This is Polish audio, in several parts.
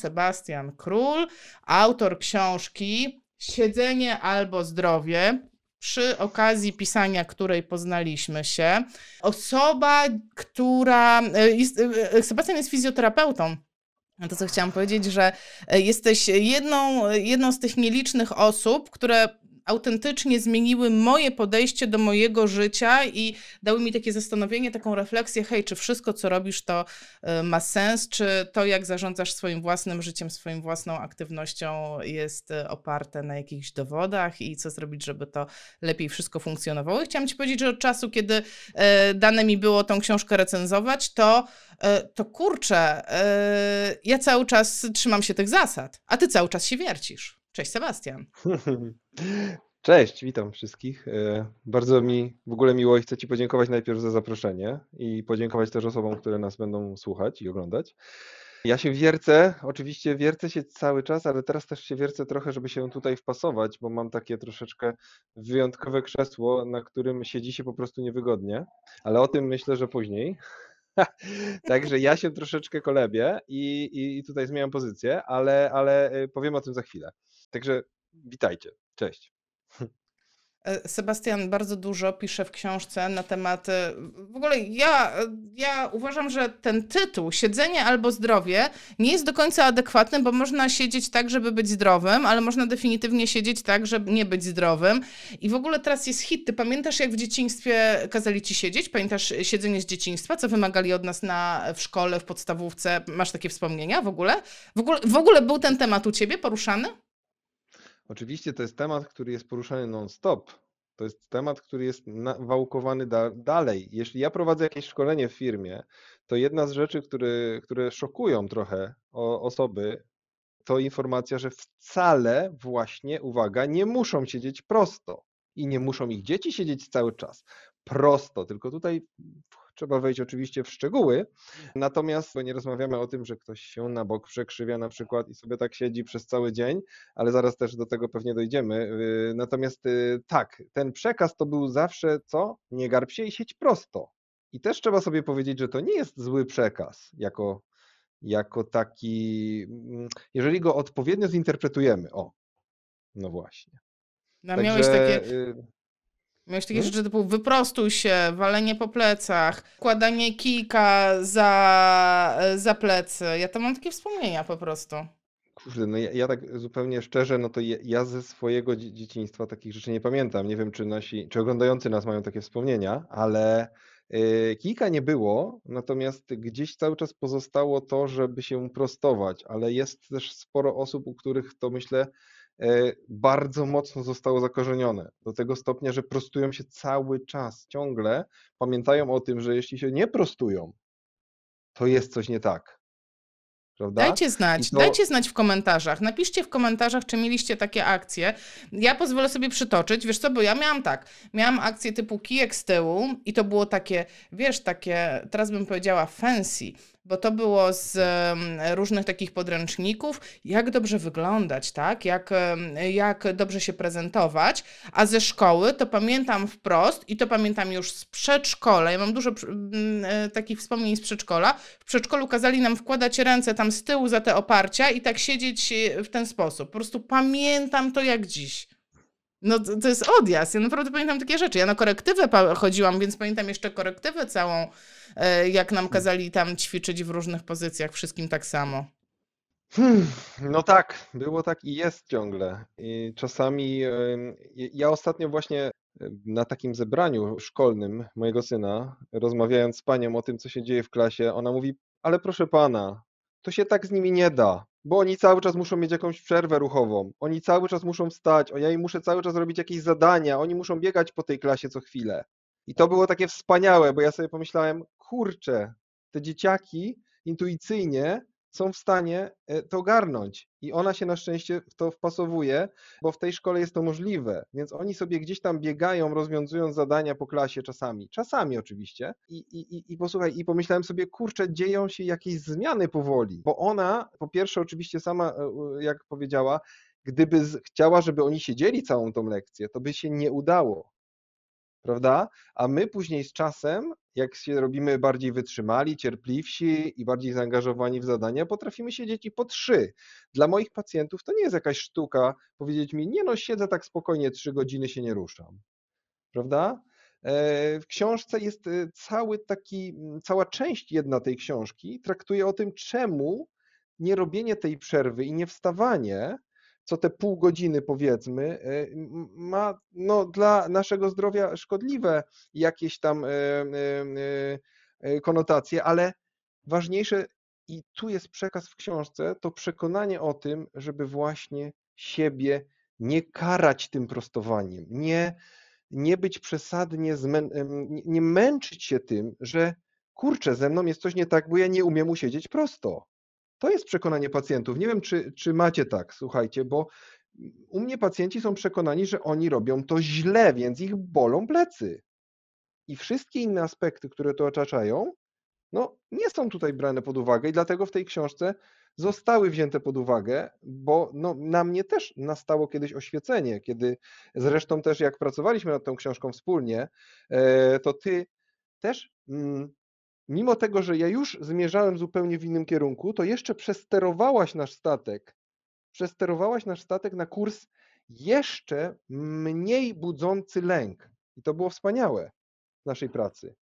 Sebastian Król, autor książki Siedzenie albo zdrowie, przy okazji pisania której poznaliśmy się. Osoba, która... Sebastian jest fizjoterapeutą. To, co chciałam powiedzieć, że jesteś jedną z tych nielicznych osób, które autentycznie zmieniły moje podejście do mojego życia i dały mi takie zastanowienie, taką refleksję, hej, czy wszystko, co robisz, to ma sens, czy to, jak zarządzasz swoim własnym życiem, swoją własną aktywnością jest oparte na jakichś dowodach i co zrobić, żeby to lepiej wszystko funkcjonowało. I chciałam ci powiedzieć, że od czasu, kiedy dane mi było tą książkę recenzować, to kurczę, ja cały czas trzymam się tych zasad, a ty cały czas się wiercisz. Cześć, Sebastian. Cześć, witam wszystkich. Bardzo mi w ogóle miło i chcę Ci podziękować najpierw za zaproszenie i podziękować też osobom, które nas będą słuchać i oglądać. Ja się wiercę, oczywiście wiercę się cały czas, ale teraz też się wiercę trochę, żeby się tutaj wpasować, bo mam takie troszeczkę wyjątkowe krzesło, na którym siedzi się po prostu niewygodnie, ale o tym myślę, że później. Także ja się troszeczkę kolebię i tutaj zmieniam pozycję, ale powiem o tym za chwilę. Także witajcie, cześć. Sebastian bardzo dużo pisze w książce na temat... W ogóle ja uważam, że ten tytuł Siedzenie albo zdrowie nie jest do końca adekwatny, bo można siedzieć tak, żeby być zdrowym, ale można definitywnie siedzieć tak, żeby nie być zdrowym. I w ogóle teraz jest hit. Ty pamiętasz, jak w dzieciństwie kazali ci siedzieć? Pamiętasz siedzenie z dzieciństwa? Co wymagali od nas w szkole, w podstawówce? Masz takie wspomnienia w ogóle? W ogóle był ten temat u ciebie poruszany? Oczywiście to jest temat, który jest poruszany non-stop. To jest temat, który jest wałkowany dalej. Jeśli ja prowadzę jakieś szkolenie w firmie, to jedna z rzeczy, które szokują trochę osoby, to informacja, że wcale właśnie, uwaga, nie muszą siedzieć prosto i nie muszą ich dzieci siedzieć cały czas prosto, tylko tutaj trzeba wejść oczywiście w szczegóły, natomiast nie rozmawiamy o tym, że ktoś się na bok przekrzywia na przykład i sobie tak siedzi przez cały dzień, ale zaraz też do tego pewnie dojdziemy. Natomiast tak, ten przekaz to był zawsze co? Nie garb się i siedź prosto. I też trzeba sobie powiedzieć, że to nie jest zły przekaz jako taki, jeżeli go odpowiednio zinterpretujemy. O, no właśnie. No, Także miałeś takie rzeczy typu wyprostuj się, walenie po plecach, kładanie kijka za plecy. Ja to mam takie wspomnienia po prostu. kurde, no ja tak zupełnie szczerze, no to ja ze swojego dzieciństwa takich rzeczy nie pamiętam. Nie wiem, czy oglądający nas mają takie wspomnienia, ale kijka nie było, natomiast gdzieś cały czas pozostało to, żeby się prostować, ale jest też sporo osób, u których to myślę bardzo mocno zostało zakorzenione. Do tego stopnia, że prostują się cały czas, ciągle pamiętają o tym, że jeśli się nie prostują, to jest coś nie tak. Prawda? Dajcie znać w komentarzach. Napiszcie w komentarzach, czy mieliście takie akcje. Ja pozwolę sobie przytoczyć, wiesz co, bo ja miałam akcję typu kijek z tyłu i to było takie, wiesz, takie, teraz bym powiedziała fancy, bo to było z różnych takich podręczników, jak dobrze wyglądać, tak? Jak dobrze się prezentować, a ze szkoły to pamiętam wprost i to pamiętam już z przedszkola. Ja mam dużo takich wspomnień z przedszkola. W przedszkolu kazali nam wkładać ręce tam z tyłu za te oparcia i tak siedzieć w ten sposób. Po prostu pamiętam to jak dziś. No to jest odjazd. Ja naprawdę pamiętam takie rzeczy. Ja na korektywę chodziłam, więc pamiętam jeszcze korektywę całą, jak nam kazali tam ćwiczyć w różnych pozycjach, wszystkim tak samo. No tak, było tak i jest ciągle. I czasami ja ostatnio właśnie na takim zebraniu szkolnym mojego syna, rozmawiając z panią o tym, co się dzieje w klasie, ona mówi, ale proszę pana, to się tak z nimi nie da, bo oni cały czas muszą mieć jakąś przerwę ruchową, oni cały czas muszą wstać, ja im muszę cały czas robić jakieś zadania, oni muszą biegać po tej klasie co chwilę. I to było takie wspaniałe, bo ja sobie pomyślałem, kurczę, te dzieciaki intuicyjnie są w stanie to ogarnąć i ona się na szczęście w to wpasowuje, bo w tej szkole jest to możliwe, więc oni sobie gdzieś tam biegają, rozwiązując zadania po klasie czasami oczywiście i posłuchaj, i pomyślałem sobie, kurczę, dzieją się jakieś zmiany powoli, bo ona po pierwsze oczywiście sama, jak powiedziała, gdyby chciała, żeby oni siedzieli całą tą lekcję, to by się nie udało. prawda? A my później z czasem, jak się robimy bardziej wytrzymali, cierpliwsi i bardziej zaangażowani w zadania, potrafimy siedzieć i po 3. Dla moich pacjentów to nie jest jakaś sztuka powiedzieć mi, nie no, siedzę tak spokojnie 3 godziny, się nie ruszam, prawda? W książce jest cała część jedna tej książki traktuje o tym, czemu nie robienie tej przerwy i nie wstawanie, co te pół godziny powiedzmy, ma no, dla naszego zdrowia szkodliwe jakieś tam konotacje, ale ważniejsze, i tu jest przekaz w książce, to przekonanie o tym, żeby właśnie siebie nie karać tym prostowaniem, nie być przesadnie, nie męczyć się tym, że kurczę, ze mną jest coś nie tak, bo ja nie umiem usiedzieć prosto. To jest przekonanie pacjentów. Nie wiem, czy macie tak, słuchajcie, bo u mnie pacjenci są przekonani, że oni robią to źle, więc ich bolą plecy. I wszystkie inne aspekty, które to otaczają, no nie są tutaj brane pod uwagę i dlatego w tej książce zostały wzięte pod uwagę, bo no, na mnie też nastało kiedyś oświecenie, kiedy zresztą też jak pracowaliśmy nad tą książką wspólnie, to ty też mimo tego, że ja już zmierzałem zupełnie w innym kierunku, to jeszcze przesterowałaś nasz statek na kurs jeszcze mniej budzący lęk. I to było wspaniałe w naszej pracy.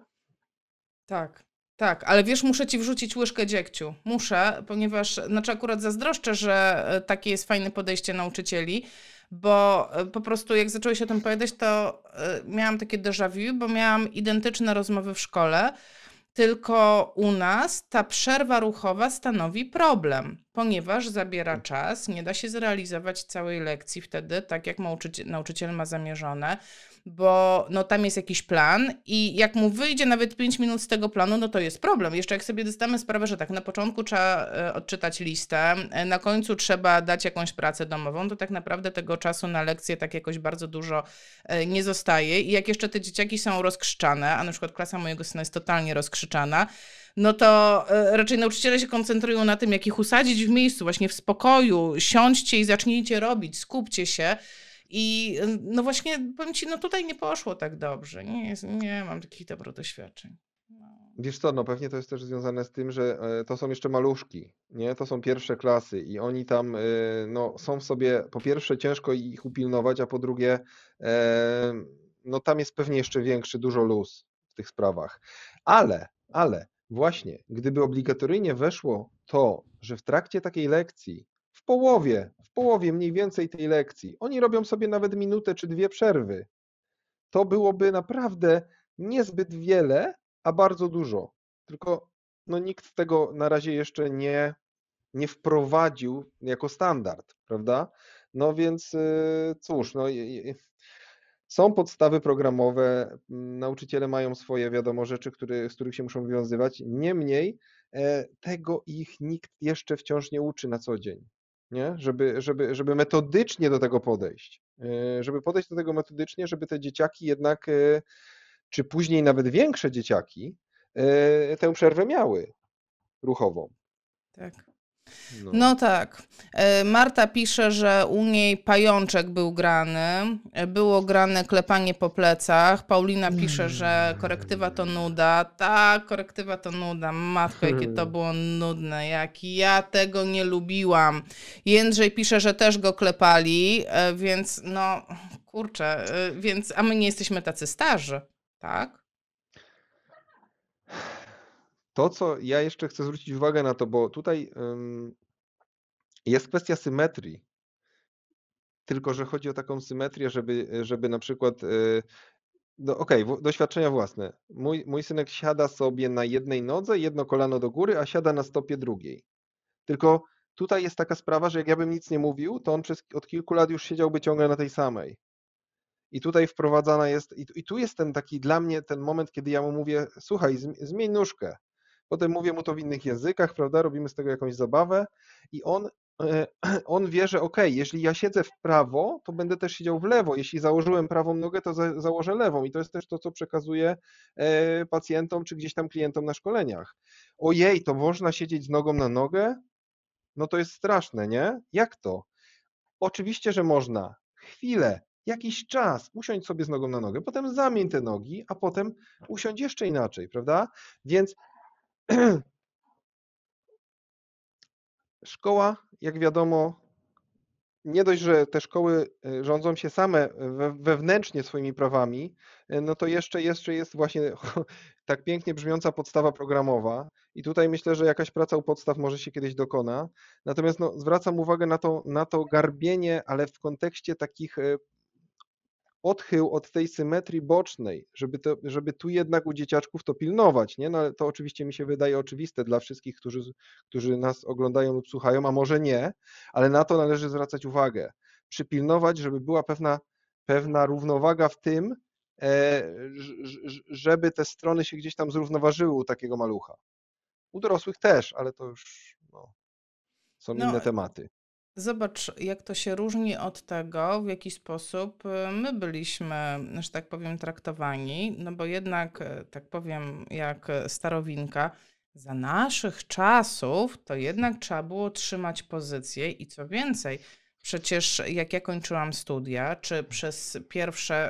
Tak, tak, ale wiesz, muszę ci wrzucić łyżkę dziegciu. Muszę, ponieważ, znaczy akurat zazdroszczę, że takie jest fajne podejście nauczycieli, bo po prostu jak zacząłeś o tym opowiadać, to miałam takie déjà vu, bo miałam identyczne rozmowy w szkole, tylko u nas ta przerwa ruchowa stanowi problem, ponieważ zabiera czas, nie da się zrealizować całej lekcji wtedy, tak jak nauczyciel ma zamierzone, bo no, tam jest jakiś plan i jak mu wyjdzie nawet 5 minut z tego planu, no to jest problem. Jeszcze jak sobie dostamy sprawę, że tak na początku trzeba odczytać listę, na końcu trzeba dać jakąś pracę domową, to tak naprawdę tego czasu na lekcję tak jakoś bardzo dużo nie zostaje. I jak jeszcze te dzieciaki są rozkrzyczane, a na przykład klasa mojego syna jest totalnie rozkrzyczana, no to raczej nauczyciele się koncentrują na tym, jak ich usadzić w miejscu, właśnie w spokoju, siądźcie i zacznijcie robić, skupcie się. I no właśnie, powiem ci, no tutaj nie poszło tak dobrze. Nie mam takich dobrych doświadczeń. No. Wiesz co, no pewnie to jest też związane z tym, że to są jeszcze maluszki, nie? To są pierwsze klasy i oni tam no, są w sobie, po pierwsze ciężko ich upilnować, a po drugie no tam jest pewnie jeszcze większy, dużo luz w tych sprawach. Ale właśnie, gdyby obligatoryjnie weszło to, że w trakcie takiej lekcji, w połowie mniej więcej tej lekcji, oni robią sobie nawet minutę czy 2 przerwy, to byłoby naprawdę niezbyt wiele, a bardzo dużo. Tylko no, nikt tego na razie jeszcze nie wprowadził jako standard, prawda? No więc cóż, no, są podstawy programowe, nauczyciele mają swoje, wiadomo, rzeczy, z których się muszą wywiązywać. Niemniej tego ich nikt jeszcze wciąż nie uczy na co dzień, nie? Żeby metodycznie do tego podejść. Żeby podejść do tego metodycznie, żeby te dzieciaki jednak, czy później nawet większe dzieciaki, tę przerwę miały ruchową. Tak. No. No tak. Marta pisze, że u niej pajączek był grany, było grane klepanie po plecach. Paulina pisze, że korektywa to nuda. Tak, korektywa to nuda. Matko, jakie to było nudne, jak ja tego nie lubiłam. Jędrzej pisze, że też go klepali, więc no kurczę, a my nie jesteśmy tacy starzy, tak? To, co ja jeszcze chcę zwrócić uwagę na to, bo tutaj jest kwestia symetrii, tylko że chodzi o taką symetrię, żeby na przykład, no okej, doświadczenia własne. Mój synek siada sobie na jednej nodze, jedno kolano do góry, a siada na stopie drugiej. Tylko tutaj jest taka sprawa, że jak ja bym nic nie mówił, to on od kilku lat już siedziałby ciągle na tej samej. I tutaj wprowadzana jest, i tu jest ten taki dla mnie ten moment, kiedy ja mu mówię, słuchaj, zmień nóżkę. Potem mówię mu to w innych językach, prawda, robimy z tego jakąś zabawę i on wie, że okej, jeśli ja siedzę w prawo, to będę też siedział w lewo. Jeśli założyłem prawą nogę, to założę lewą. I to jest też to, co przekazuję pacjentom czy gdzieś tam klientom na szkoleniach. Ojej, to można siedzieć z nogą na nogę? No to jest straszne, nie? Jak to? Oczywiście, że można. Chwilę. jakiś czas usiądź sobie z nogą na nogę, potem zamień te nogi, a potem usiądź jeszcze inaczej, prawda? Więc szkoła, jak wiadomo, nie dość, że te szkoły rządzą się same wewnętrznie swoimi prawami, no to jeszcze jest właśnie tak pięknie brzmiąca podstawa programowa i tutaj myślę, że jakaś praca u podstaw może się kiedyś dokona. Natomiast no, zwracam uwagę na to garbienie, ale w kontekście takich odchył od tej symetrii bocznej, żeby tu jednak u dzieciaczków to pilnować, nie? No ale to oczywiście mi się wydaje oczywiste dla wszystkich, którzy nas oglądają lub słuchają, a może nie, ale na to należy zwracać uwagę. Przypilnować, żeby była pewna równowaga w tym, żeby te strony się gdzieś tam zrównoważyły u takiego malucha. U dorosłych też, ale to już są No, inne tematy. zobacz, jak to się różni od tego, w jaki sposób my byliśmy, że tak powiem, traktowani, no bo jednak, tak powiem, jak starowinka, za naszych czasów to jednak trzeba było trzymać pozycję i co więcej, przecież jak ja kończyłam studia, czy przez pierwsze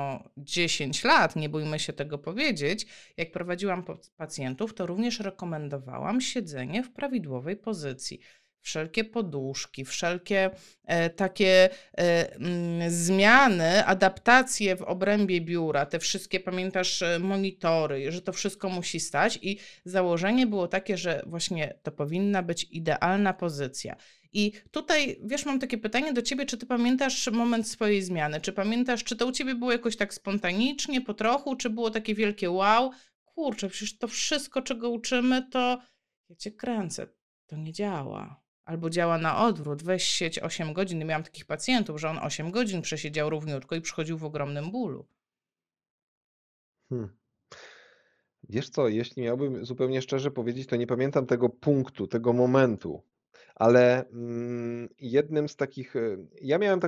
10 lat, nie bójmy się tego powiedzieć, jak prowadziłam pacjentów, to również rekomendowałam siedzenie w prawidłowej pozycji. Wszelkie poduszki, wszelkie takie zmiany, adaptacje w obrębie biura, te wszystkie, pamiętasz, monitory, że to wszystko musi stać i założenie było takie, że właśnie to powinna być idealna pozycja. I tutaj, wiesz, mam takie pytanie do ciebie, czy ty pamiętasz moment swojej zmiany? Czy pamiętasz, czy to u ciebie było jakoś tak spontanicznie, po trochu, czy było takie wielkie wow? Kurczę, przecież to wszystko, czego uczymy, to ja cię kręcę, to nie działa. Albo działa na odwrót, weź siedź 8 godzin. Miałam takich pacjentów, że on 8 godzin przesiedział równiutko i przychodził w ogromnym bólu. Hmm. Wiesz co, jeśli miałbym zupełnie szczerze powiedzieć, to nie pamiętam tego punktu, tego momentu, ale jednym z takich, ja miałem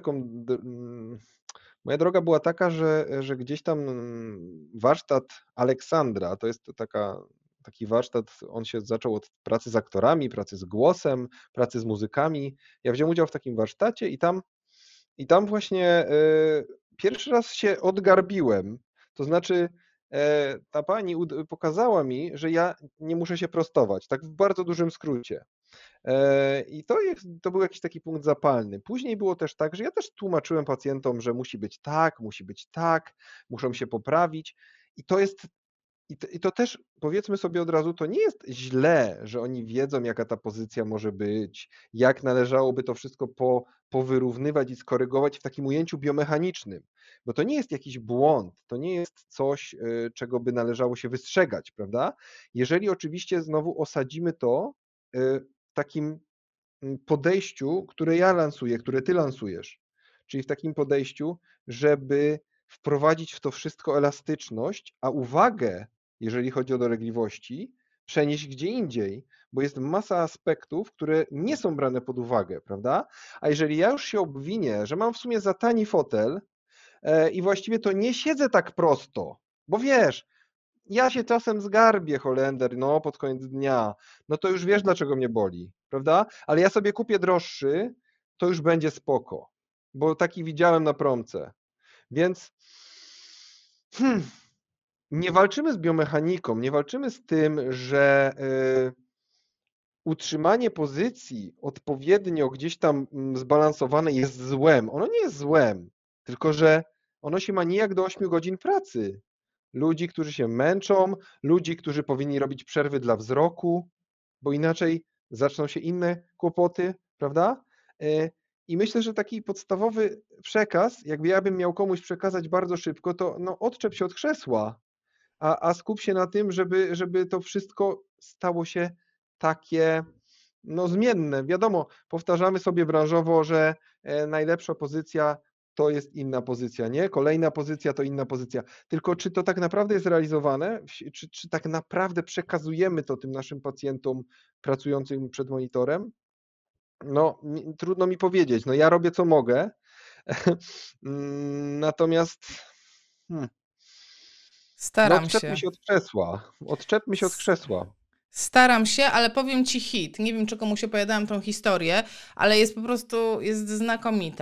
moja droga była taka, że gdzieś tam warsztat Aleksandra, to jest taki warsztat, on się zaczął od pracy z aktorami, pracy z głosem, pracy z muzykami. Ja wziąłem udział w takim warsztacie i tam właśnie pierwszy raz się odgarbiłem. To znaczy, ta pani pokazała mi, że ja nie muszę się prostować, tak w bardzo dużym skrócie. I to był jakiś taki punkt zapalny. Później było też tak, że ja też tłumaczyłem pacjentom, że musi być tak, muszą się poprawić. I to jest i to też powiedzmy sobie od razu, to nie jest źle, że oni wiedzą, jaka ta pozycja może być, jak należałoby to wszystko powyrównywać i skorygować w takim ujęciu biomechanicznym, bo to nie jest jakiś błąd, to nie jest coś, czego by należało się wystrzegać, prawda? Jeżeli oczywiście znowu osadzimy to w takim podejściu, które ja lansuję, które ty lansujesz, czyli w takim podejściu, żeby wprowadzić w to wszystko elastyczność, a uwagę, jeżeli chodzi o dolegliwości, przenieść gdzie indziej, bo jest masa aspektów, które nie są brane pod uwagę, prawda? A jeżeli ja już się obwinię, że mam w sumie za tani fotel i właściwie to nie siedzę tak prosto, bo wiesz, ja się czasem zgarbię, Holender, no pod koniec dnia, no to już wiesz, dlaczego mnie boli, prawda? Ale ja sobie kupię droższy, to już będzie spoko, bo taki widziałem na promce. Więc nie walczymy z biomechaniką, nie walczymy z tym, że utrzymanie pozycji odpowiednio gdzieś tam zbalansowane jest złem. Ono nie jest złem, tylko że ono się ma nijak do 8 godzin pracy. Ludzi, którzy się męczą, ludzi, którzy powinni robić przerwy dla wzroku, bo inaczej zaczną się inne kłopoty, prawda? I myślę, że taki podstawowy przekaz, jakby ja bym miał komuś przekazać bardzo szybko, to no, odczep się od krzesła, a skup się na tym, żeby to wszystko stało się takie no, zmienne. Wiadomo, powtarzamy sobie branżowo, że najlepsza pozycja to jest inna pozycja, nie? Kolejna pozycja to inna pozycja. Tylko czy to tak naprawdę jest realizowane? Czy tak naprawdę przekazujemy to tym naszym pacjentom pracującym przed monitorem? No, trudno mi powiedzieć. No, ja robię co mogę. Natomiast no, Staram odczepmy się. się od krzesła. Odczepmy się od S- krzesła. Staram się, ale powiem ci hit. Nie wiem, czy komuś opowiadałam tą historię, ale jest po prostu, jest znakomita.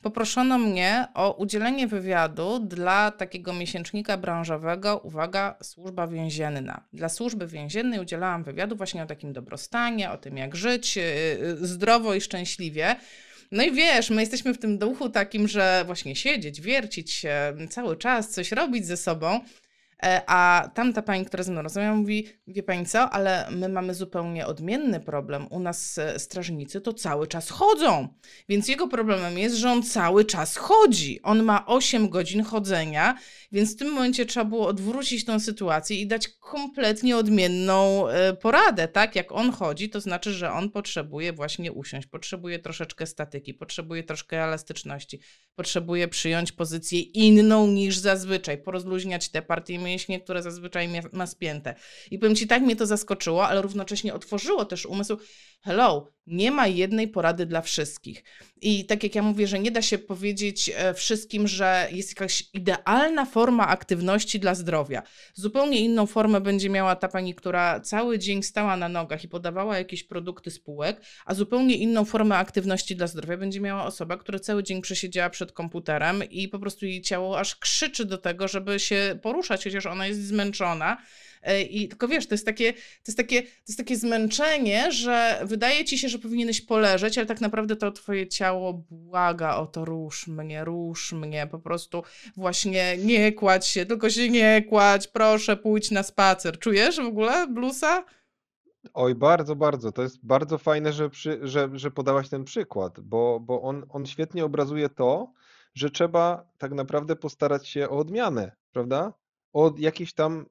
poproszono mnie o udzielenie wywiadu dla takiego miesięcznika branżowego, uwaga, Służba Więzienna. Dla Służby Więziennej udzielałam wywiadu właśnie o takim dobrostanie, o tym jak żyć zdrowo i szczęśliwie. No i wiesz, my jesteśmy w tym duchu takim, że właśnie siedzieć, wiercić się, cały czas coś robić ze sobą. A tamta pani, która ze mną rozmawia, mówi, wie pani co, ale my mamy zupełnie odmienny problem. U nas strażnicy to cały czas chodzą. Więc jego problemem jest, że on cały czas chodzi. On ma 8 godzin chodzenia, więc w tym momencie trzeba było odwrócić tą sytuację i dać kompletnie odmienną poradę, tak? Jak on chodzi, to znaczy, że on potrzebuje właśnie usiąść, potrzebuje troszeczkę statyki, potrzebuje troszkę elastyczności, potrzebuje przyjąć pozycję inną niż zazwyczaj, porozluźniać te partie mięśnie, które zazwyczaj ma spięte. I powiem ci, tak mnie to zaskoczyło, ale równocześnie otworzyło też umysł, hello, nie ma jednej porady dla wszystkich. I tak jak ja mówię, że nie da się powiedzieć wszystkim, że jest jakaś idealna forma aktywności dla zdrowia. Zupełnie inną formę będzie miała ta pani, która cały dzień stała na nogach i podawała jakieś produkty spółek, a zupełnie inną formę aktywności dla zdrowia będzie miała osoba, która cały dzień przesiedziała przed komputerem i po prostu jej ciało aż krzyczy do tego, żeby się poruszać, chociaż ona jest zmęczona. I tylko wiesz, to jest takie zmęczenie, że wydaje ci się, że powinieneś poleżeć, ale tak naprawdę to twoje ciało błaga o to, rusz mnie, po prostu właśnie nie kładź się, tylko się nie kładź, proszę pójdź na spacer. Czujesz w ogóle bluesa? Oj, bardzo, bardzo. To jest bardzo fajne, że podałaś ten przykład, bo on świetnie obrazuje to, że trzeba tak naprawdę postarać się o odmianę, prawda? O jakieś tam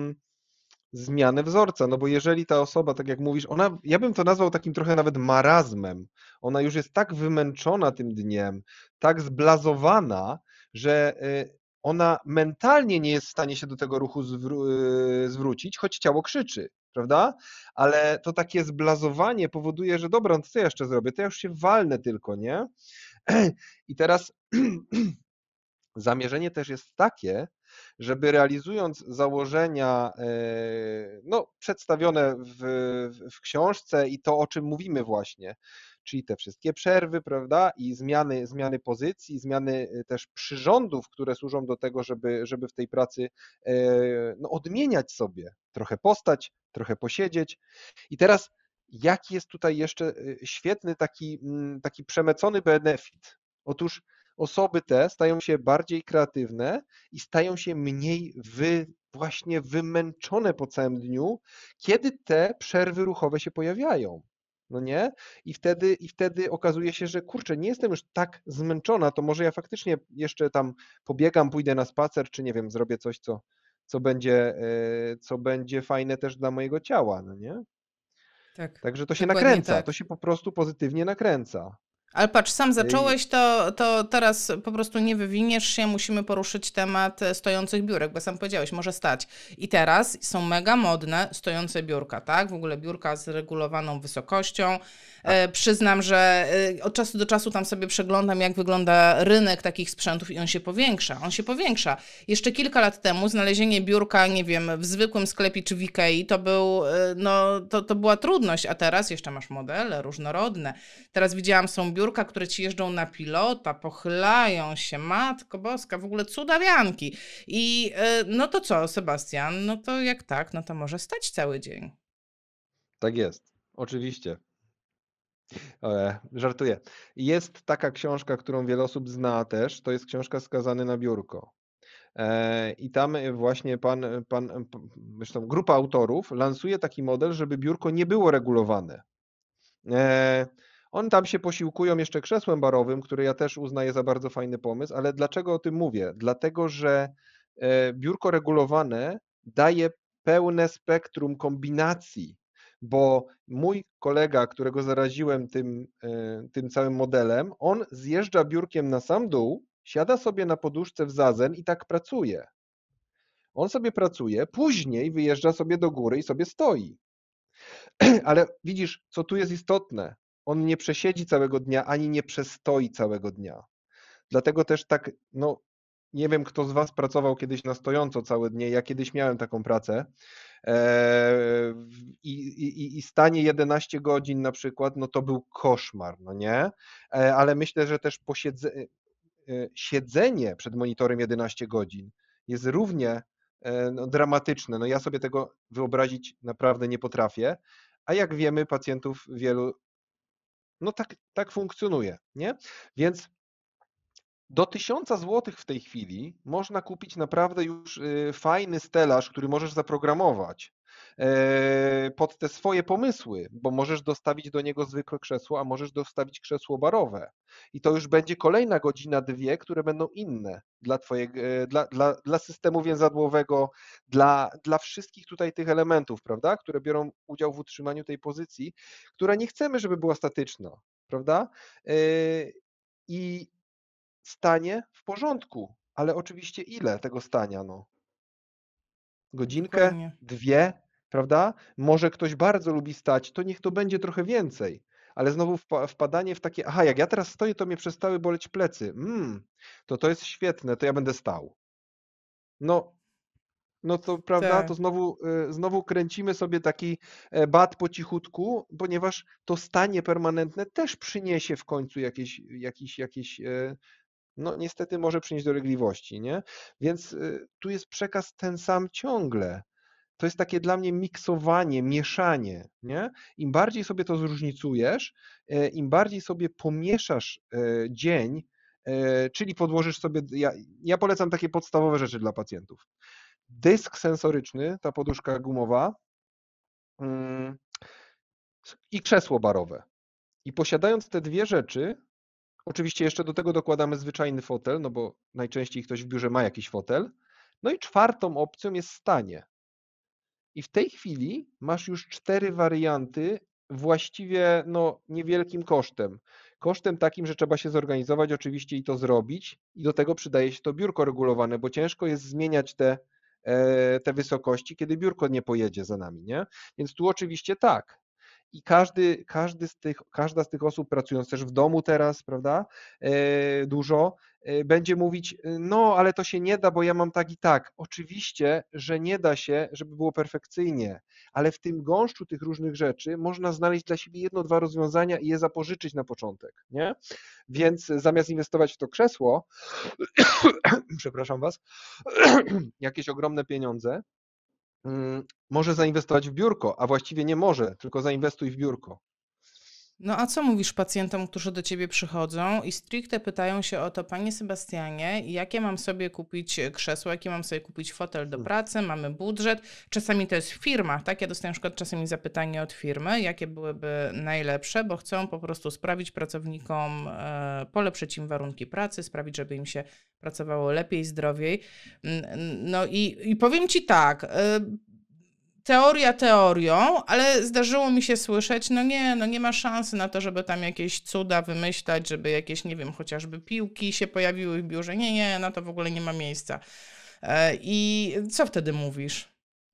zmianę wzorca. No bo jeżeli ta osoba, tak jak mówisz, ja bym to nazwał takim trochę nawet marazmem. Ona już jest tak wymęczona tym dniem, tak zblazowana, że ona mentalnie nie jest w stanie się do tego ruchu zwrócić, choć ciało krzyczy, prawda? Ale to takie zblazowanie powoduje, że dobra, no to co ja jeszcze zrobię? To ja już się walnę tylko, nie? I teraz zamierzenie też jest takie, żeby realizując założenia no, przedstawione w książce i to, o czym mówimy właśnie, czyli te wszystkie przerwy, prawda, i zmiany pozycji, zmiany też przyrządów, które służą do tego, żeby w tej pracy no, odmieniać sobie, trochę postać, trochę posiedzieć. I teraz jaki jest tutaj jeszcze świetny taki przemycony benefit? Otóż osoby te stają się bardziej kreatywne i stają się mniej właśnie wymęczone po całym dniu, kiedy te przerwy ruchowe się pojawiają. No nie? I wtedy okazuje się, że kurczę, nie jestem już tak zmęczona, to może ja faktycznie jeszcze tam pobiegam, pójdę na spacer, czy nie wiem, zrobię coś, co będzie fajne też dla mojego ciała, no nie? Tak, Także to się dokładnie nakręca, to tak. się po prostu pozytywnie nakręca. Ale patrz, sam I- zacząłeś, to teraz po prostu nie wywiniesz się, musimy poruszyć temat stojących biurek, bo sam powiedziałeś, może stać. I teraz są mega modne stojące biurka, tak? W ogóle biurka z regulowaną wysokością. Przyznam, że od czasu do czasu tam sobie przeglądam, jak wygląda rynek takich sprzętów i on się powiększa. On się powiększa. Jeszcze kilka lat temu znalezienie biurka, nie wiem, w zwykłym sklepie czy w Ikei to był, no, to była trudność, a teraz jeszcze masz modele różnorodne. Teraz widziałam, są biurka, które ci jeżdżą na pilota, pochylają się, Matko Boska, w ogóle cudawianki. I no to co, Sebastian, no to jak tak, no to może stać cały dzień. Tak jest, oczywiście. Żartuję. Jest taka książka, którą wiele osób zna też, to jest książka Skazany na biurko. I tam właśnie zresztą grupa autorów lansuje taki model, żeby biurko nie było regulowane. Oni tam się posiłkują jeszcze krzesłem barowym, które ja też uznaję za bardzo fajny pomysł, ale dlaczego o tym mówię? Dlatego, że biurko regulowane daje pełne spektrum kombinacji, bo mój kolega, którego zaraziłem tym całym modelem, on zjeżdża biurkiem na sam dół, siada sobie na poduszce w zazen i tak pracuje. On sobie pracuje, później wyjeżdża sobie do góry i sobie stoi. Ale widzisz, co tu jest istotne? On nie przesiedzi całego dnia, ani nie przestoi całego dnia. Dlatego też tak, no nie wiem, kto z was pracował kiedyś na stojąco całe dnie. Ja kiedyś miałem taką pracę i stanie 11 godzin na przykład, no to był koszmar, no nie? Ale myślę, że też siedzenie przed monitorem 11 godzin jest równie dramatyczne. No ja sobie tego wyobrazić naprawdę nie potrafię, a jak wiemy, pacjentów wielu, no tak funkcjonuje, nie? Więc do 1000 zł w tej chwili można kupić naprawdę już fajny stelaż, który możesz zaprogramować pod te swoje pomysły, bo możesz dostawić do niego zwykłe krzesło, a możesz dostawić krzesło barowe. I to już będzie kolejna godzina, 2, które będą inne dla twojego, dla systemu więzadłowego, dla wszystkich tutaj tych elementów, prawda, które biorą udział w utrzymaniu tej pozycji, która nie chcemy, żeby była statyczna, prawda? I stanie w porządku, ale oczywiście ile tego stania, no? Godzinkę, Dokładnie. 2, prawda? Może ktoś bardzo lubi stać, to niech to będzie trochę więcej, ale znowu wpadanie w takie, aha, jak ja teraz stoję, to mnie przestały boleć plecy. To jest świetne, to ja będę stał. No to prawda, to Tak. znowu kręcimy sobie taki bat po cichutku, ponieważ to stanie permanentne też przyniesie w końcu jakieś no niestety może przynieść dolegliwości, nie? Więc tu jest przekaz ten sam ciągle. To jest takie dla mnie miksowanie, mieszanie, nie? Im bardziej sobie to zróżnicujesz, im bardziej sobie pomieszasz dzień, czyli podłożysz sobie, ja polecam takie podstawowe rzeczy dla pacjentów. Dysk sensoryczny, ta poduszka gumowa i krzesło barowe. I posiadając te dwie rzeczy, oczywiście jeszcze do tego dokładamy zwyczajny fotel, no bo najczęściej ktoś w biurze ma jakiś fotel. No i czwartą opcją jest stanie. I w tej chwili masz już 4 warianty właściwie no, niewielkim kosztem. Kosztem takim, że trzeba się zorganizować oczywiście i to zrobić i do tego przydaje się to biurko regulowane, bo ciężko jest zmieniać te wysokości, kiedy biurko nie pojedzie za nami, nie? Więc tu oczywiście tak. I każda z tych osób pracując też w domu teraz, prawda, dużo, będzie mówić, no ale to się nie da, bo ja mam tak i tak. Oczywiście, że nie da się, żeby było perfekcyjnie, ale w tym gąszczu tych różnych rzeczy można znaleźć dla siebie 1, 2 rozwiązania i je zapożyczyć na początek, nie? Więc zamiast inwestować w to krzesło, przepraszam was, jakieś ogromne pieniądze, może zainwestować w biurko, a właściwie nie może, tylko zainwestuj w biurko. No a co mówisz pacjentom, którzy do ciebie przychodzą i stricte pytają się o to, panie Sebastianie, jakie mam sobie kupić krzesło, jakie mam sobie kupić fotel do pracy, mamy budżet. Czasami to jest firma, tak? Ja dostaję na przykład czasami zapytanie od firmy, jakie byłyby najlepsze, bo chcą po prostu sprawić pracownikom, polepszyć im warunki pracy, sprawić, żeby im się pracowało lepiej, zdrowiej. No i powiem ci tak, teoria teorią, ale zdarzyło mi się słyszeć, no nie ma szansy na to, żeby tam jakieś cuda wymyślać, żeby jakieś, nie wiem, chociażby piłki się pojawiły w biurze. Nie, na to w ogóle nie ma miejsca. I co wtedy mówisz?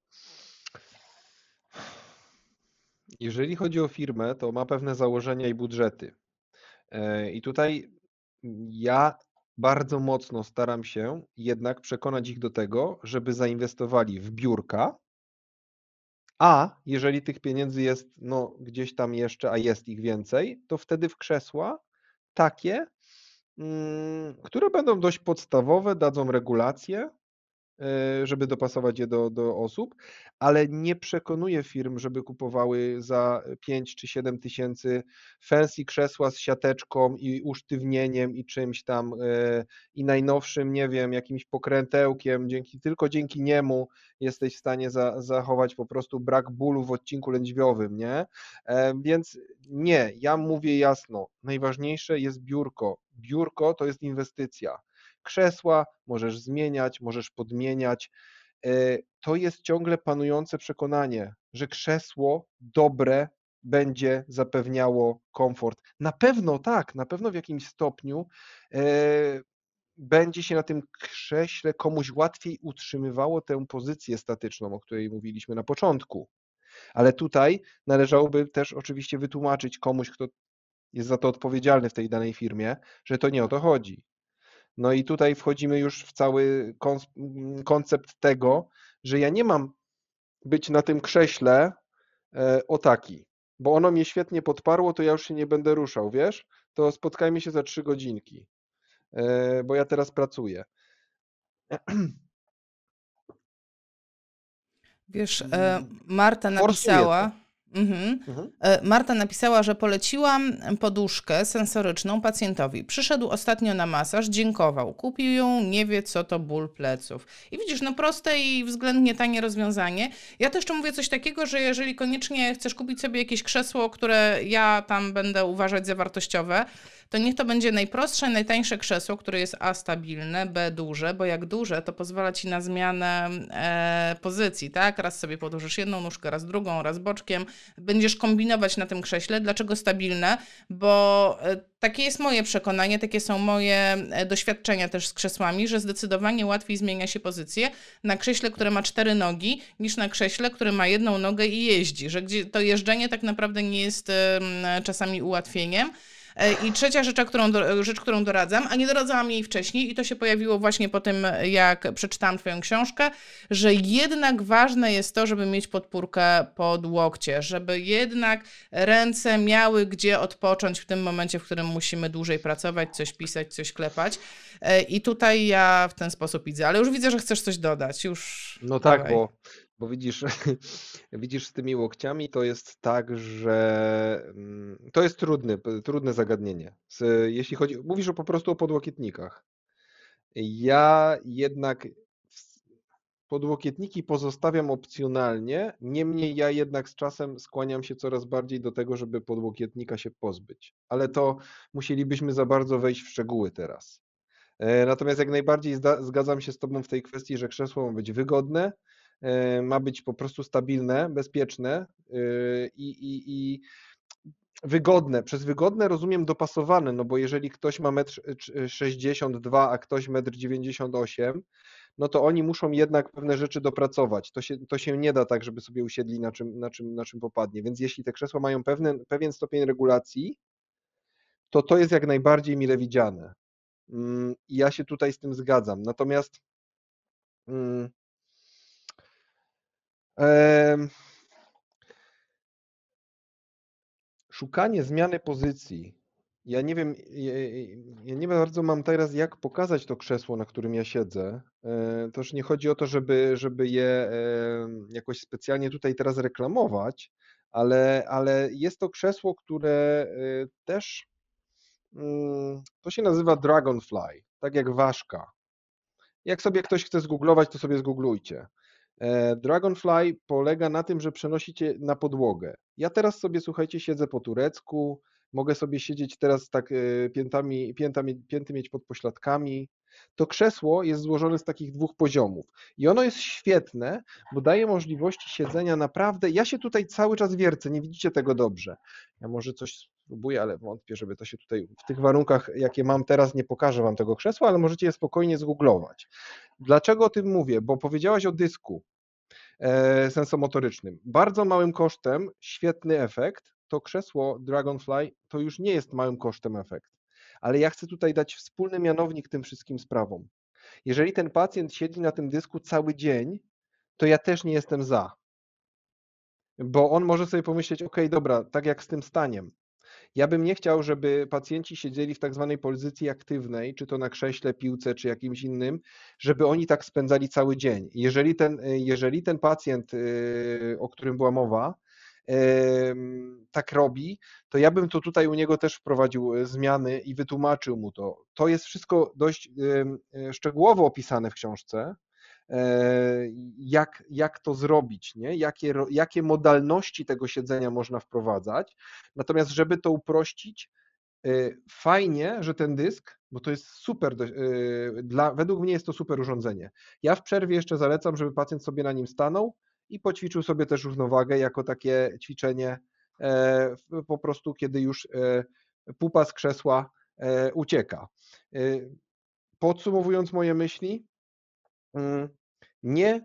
Jeżeli chodzi o firmę, to ma pewne założenia i budżety. I tutaj ja bardzo mocno staram się jednak przekonać ich do tego, żeby zainwestowali w biurka, a jeżeli tych pieniędzy jest no, gdzieś tam jeszcze, a jest ich więcej, to wtedy w krzesła takie, które będą dość podstawowe, dadzą regulację, żeby dopasować je do osób, ale nie przekonuję firm, żeby kupowały za 5 czy 7 tysięcy fancy krzesła z siateczką i usztywnieniem i czymś tam i najnowszym, nie wiem, jakimś pokrętełkiem, tylko dzięki niemu jesteś w stanie zachować po prostu brak bólu w odcinku lędźwiowym, nie? Więc nie, ja mówię jasno, najważniejsze jest biurko. Biurko to jest inwestycja. Krzesła możesz zmieniać, możesz podmieniać. To jest ciągle panujące przekonanie, że krzesło dobre będzie zapewniało komfort. Na pewno tak, na pewno w jakimś stopniu będzie się na tym krześle komuś łatwiej utrzymywało tę pozycję statyczną, o której mówiliśmy na początku. Ale tutaj należałoby też oczywiście wytłumaczyć komuś, kto jest za to odpowiedzialny w tej danej firmie, że to nie o to chodzi. No i tutaj wchodzimy już w cały koncept tego, że ja nie mam być na tym krześle o taki, bo ono mnie świetnie podparło, to ja już się nie będę ruszał, wiesz? To spotkajmy się za 3 godzinki. bo ja teraz pracuję. Wiesz, I Marta forsuję to. napisała. Mhm. Mhm. Marta napisała, że poleciłam poduszkę sensoryczną pacjentowi. Przyszedł ostatnio na masaż, dziękował. Kupił ją, nie wie co to ból pleców. I widzisz, no proste i względnie tanie rozwiązanie. Ja też jeszcze mówię coś takiego, że jeżeli koniecznie chcesz kupić sobie jakieś krzesło, które ja tam będę uważać za wartościowe, to niech to będzie najprostsze, najtańsze krzesło, które jest A stabilne, B duże, bo jak duże, to pozwala ci na zmianę pozycji, tak? Raz sobie podłożysz jedną nóżkę, raz drugą, raz boczkiem. Będziesz kombinować na tym krześle. Dlaczego stabilne? Bo takie jest moje przekonanie, takie są moje doświadczenia też z krzesłami, że zdecydowanie łatwiej zmienia się pozycję na krześle, które ma 4 nogi, niż na krześle, które ma jedną nogę i jeździ, że gdzie to jeżdżenie tak naprawdę nie jest czasami ułatwieniem. I trzecia rzecz, którą doradzam, a nie doradzałam jej wcześniej i to się pojawiło właśnie po tym, jak przeczytałam twoją książkę, że jednak ważne jest to, żeby mieć podpórkę pod łokcie, żeby jednak ręce miały gdzie odpocząć w tym momencie, w którym musimy dłużej pracować, coś pisać, coś klepać. I tutaj ja w ten sposób widzę, ale już widzę, że chcesz coś dodać, już No tak, dawaj. bo widzisz, widzisz z tymi łokciami to jest tak, że to jest trudne zagadnienie. Jeśli chodzi, mówisz po prostu o podłokietnikach. Ja jednak podłokietniki pozostawiam opcjonalnie, niemniej ja jednak z czasem skłaniam się coraz bardziej do tego, żeby podłokietnika się pozbyć. Ale to musielibyśmy za bardzo wejść w szczegóły teraz. Natomiast jak najbardziej zgadzam się z Tobą w tej kwestii, że krzesło ma być wygodne, ma być po prostu stabilne, bezpieczne i wygodne. Przez wygodne rozumiem dopasowane, no bo jeżeli ktoś ma 1,62 m, a ktoś 1,98 m, no to oni muszą jednak pewne rzeczy dopracować. To się nie da tak, żeby sobie usiedli na czym popadnie. Więc jeśli te krzesła mają pewien stopień regulacji, to jest jak najbardziej mile widziane. I ja się tutaj z tym zgadzam. Natomiast mm, em, szukanie zmiany pozycji. Ja nie wiem, ja nie bardzo mam teraz jak pokazać to krzesło, na którym ja siedzę. To już nie chodzi o to, żeby je jakoś specjalnie tutaj teraz reklamować, ale jest to krzesło, które też to się nazywa Dragonfly, tak jak ważka. Jak sobie ktoś chce zgooglować, to sobie zgooglujcie. Dragonfly polega na tym, że przenosicie na podłogę. Ja teraz sobie, słuchajcie, siedzę po turecku, mogę sobie siedzieć teraz tak pięty mieć pod pośladkami. To krzesło jest złożone z takich 2 poziomów i ono jest świetne, bo daje możliwości siedzenia naprawdę. Ja się tutaj cały czas wiercę, nie widzicie tego dobrze. Ja może coś spróbuję, ale wątpię, żeby to się tutaj w tych warunkach, jakie mam teraz, nie pokażę wam tego krzesła, ale możecie je spokojnie zgooglować. Dlaczego o tym mówię? Bo powiedziałaś o dysku sensomotorycznym. Bardzo małym kosztem, świetny efekt. To krzesło Dragonfly to już nie jest małym kosztem efekt. Ale ja chcę tutaj dać wspólny mianownik tym wszystkim sprawom. Jeżeli ten pacjent siedzi na tym dysku cały dzień, to ja też nie jestem za. Bo on może sobie pomyśleć, ok, dobra, tak jak z tym staniem. Ja bym nie chciał, żeby pacjenci siedzieli w tak zwanej pozycji aktywnej, czy to na krześle, piłce, czy jakimś innym, żeby oni tak spędzali cały dzień. Jeżeli ten pacjent, o którym była mowa, tak robi, to ja bym to tutaj u niego też wprowadził zmiany i wytłumaczył mu to. To jest wszystko dość szczegółowo opisane w książce, jak to zrobić, nie? Jakie modalności tego siedzenia można wprowadzać. Natomiast żeby to uprościć, fajnie, że ten dysk, bo to jest super, według mnie jest to super urządzenie. Ja w przerwie jeszcze zalecam, żeby pacjent sobie na nim stanął i poćwiczył sobie też równowagę jako takie ćwiczenie po prostu, kiedy już pupa z krzesła ucieka. Podsumowując moje myśli, nie,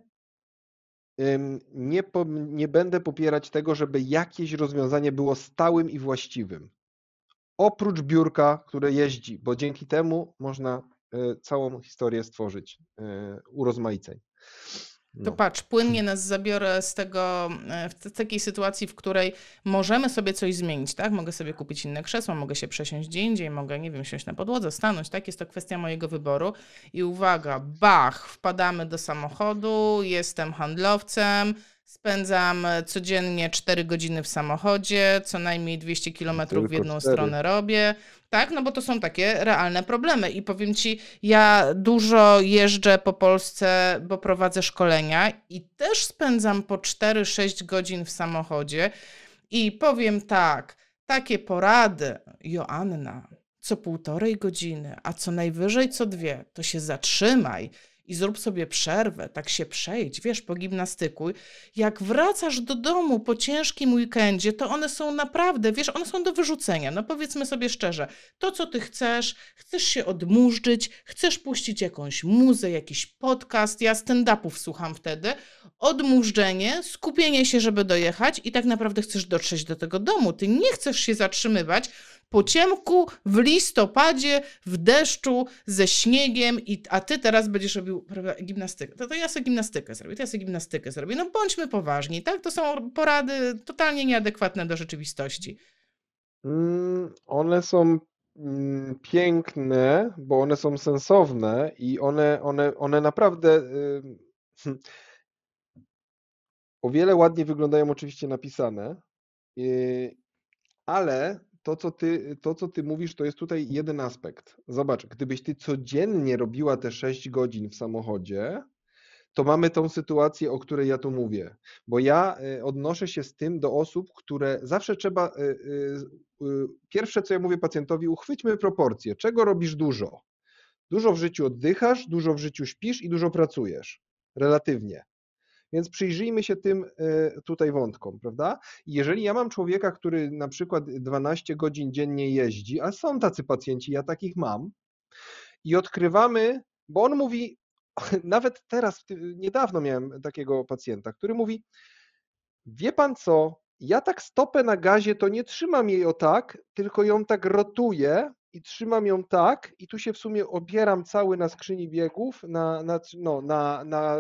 nie będę popierać tego, żeby jakieś rozwiązanie było stałym i właściwym. Oprócz biurka, które jeździ, bo dzięki temu można całą historię stworzyć urozmaiceń. To No. patrz, płynnie nas zabiorę z tego, w takiej sytuacji, w której możemy sobie coś zmienić, tak? Mogę sobie kupić inne krzesło, mogę się przesiąść gdzie indziej, mogę, nie wiem, siąść na podłodze, stanąć, tak? Jest to kwestia mojego wyboru. I uwaga, bach, wpadamy do samochodu, jestem handlowcem, spędzam codziennie 4 godziny w samochodzie, co najmniej 200 kilometrów w Tylko jedną 4. stronę robię. Tak, no bo to są takie realne problemy i powiem ci, ja dużo jeżdżę po Polsce, bo prowadzę szkolenia i też spędzam po 4-6 godzin w samochodzie i powiem tak, takie porady, Joanna, co 1,5 godziny, a co najwyżej co 2, to się zatrzymaj i zrób sobie przerwę, tak się przejdź, wiesz, pogimnastykuj. Jak wracasz do domu po ciężkim weekendzie, to one są naprawdę, wiesz, one są do wyrzucenia. No powiedzmy sobie szczerze, to co ty chcesz się odmurzyć, chcesz puścić jakąś muzę, jakiś podcast, ja stand-upów słucham wtedy, odmurzenie, skupienie się, żeby dojechać i tak naprawdę chcesz dotrzeć do tego domu. Ty nie chcesz się zatrzymywać po ciemku, w listopadzie, w deszczu, ze śniegiem, a ty teraz będziesz robił, prawda, gimnastykę. To ja sobie gimnastykę zrobię. No bądźmy poważni, tak? To są porady totalnie nieadekwatne do rzeczywistości. One są piękne, bo one są sensowne i one naprawdę o wiele ładniej wyglądają oczywiście napisane, ale to, co ty mówisz, to jest tutaj jeden aspekt. Zobacz, gdybyś ty codziennie robiła te 6 godzin w samochodzie, to mamy tą sytuację, o której ja tu mówię. Bo ja odnoszę się z tym do osób, które zawsze trzeba. Pierwsze, co ja mówię pacjentowi, uchwyćmy proporcje. Czego robisz dużo? Dużo w życiu oddychasz, dużo w życiu śpisz i dużo pracujesz. Relatywnie. Więc przyjrzyjmy się tym tutaj wątkom, prawda? I jeżeli ja mam człowieka, który na przykład 12 godzin dziennie jeździ, a są tacy pacjenci, ja takich mam, i odkrywamy, bo on mówi, nawet teraz, niedawno miałem takiego pacjenta, który mówi, wie pan co, ja tak stopę na gazie to nie trzymam jej o tak, tylko ją tak rotuję i trzymam ją tak i tu się w sumie opieram cały na skrzyni biegów, na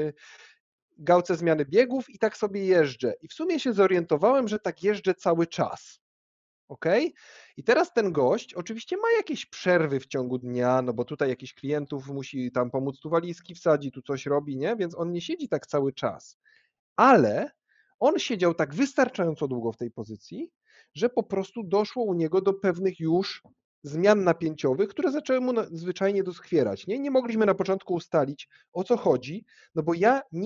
gałce zmiany biegów i tak sobie jeżdżę. I w sumie się zorientowałem, że tak jeżdżę cały czas. OK? I teraz ten gość oczywiście ma jakieś przerwy w ciągu dnia, no bo tutaj jakiś klientów musi tam pomóc, tu walizki wsadzi, tu coś robi, nie? Więc on nie siedzi tak cały czas. Ale on siedział tak wystarczająco długo w tej pozycji, że po prostu doszło u niego do pewnych już zmian napięciowych, które zaczęły mu zwyczajnie doskwierać. Nie mogliśmy na początku ustalić, o co chodzi, no bo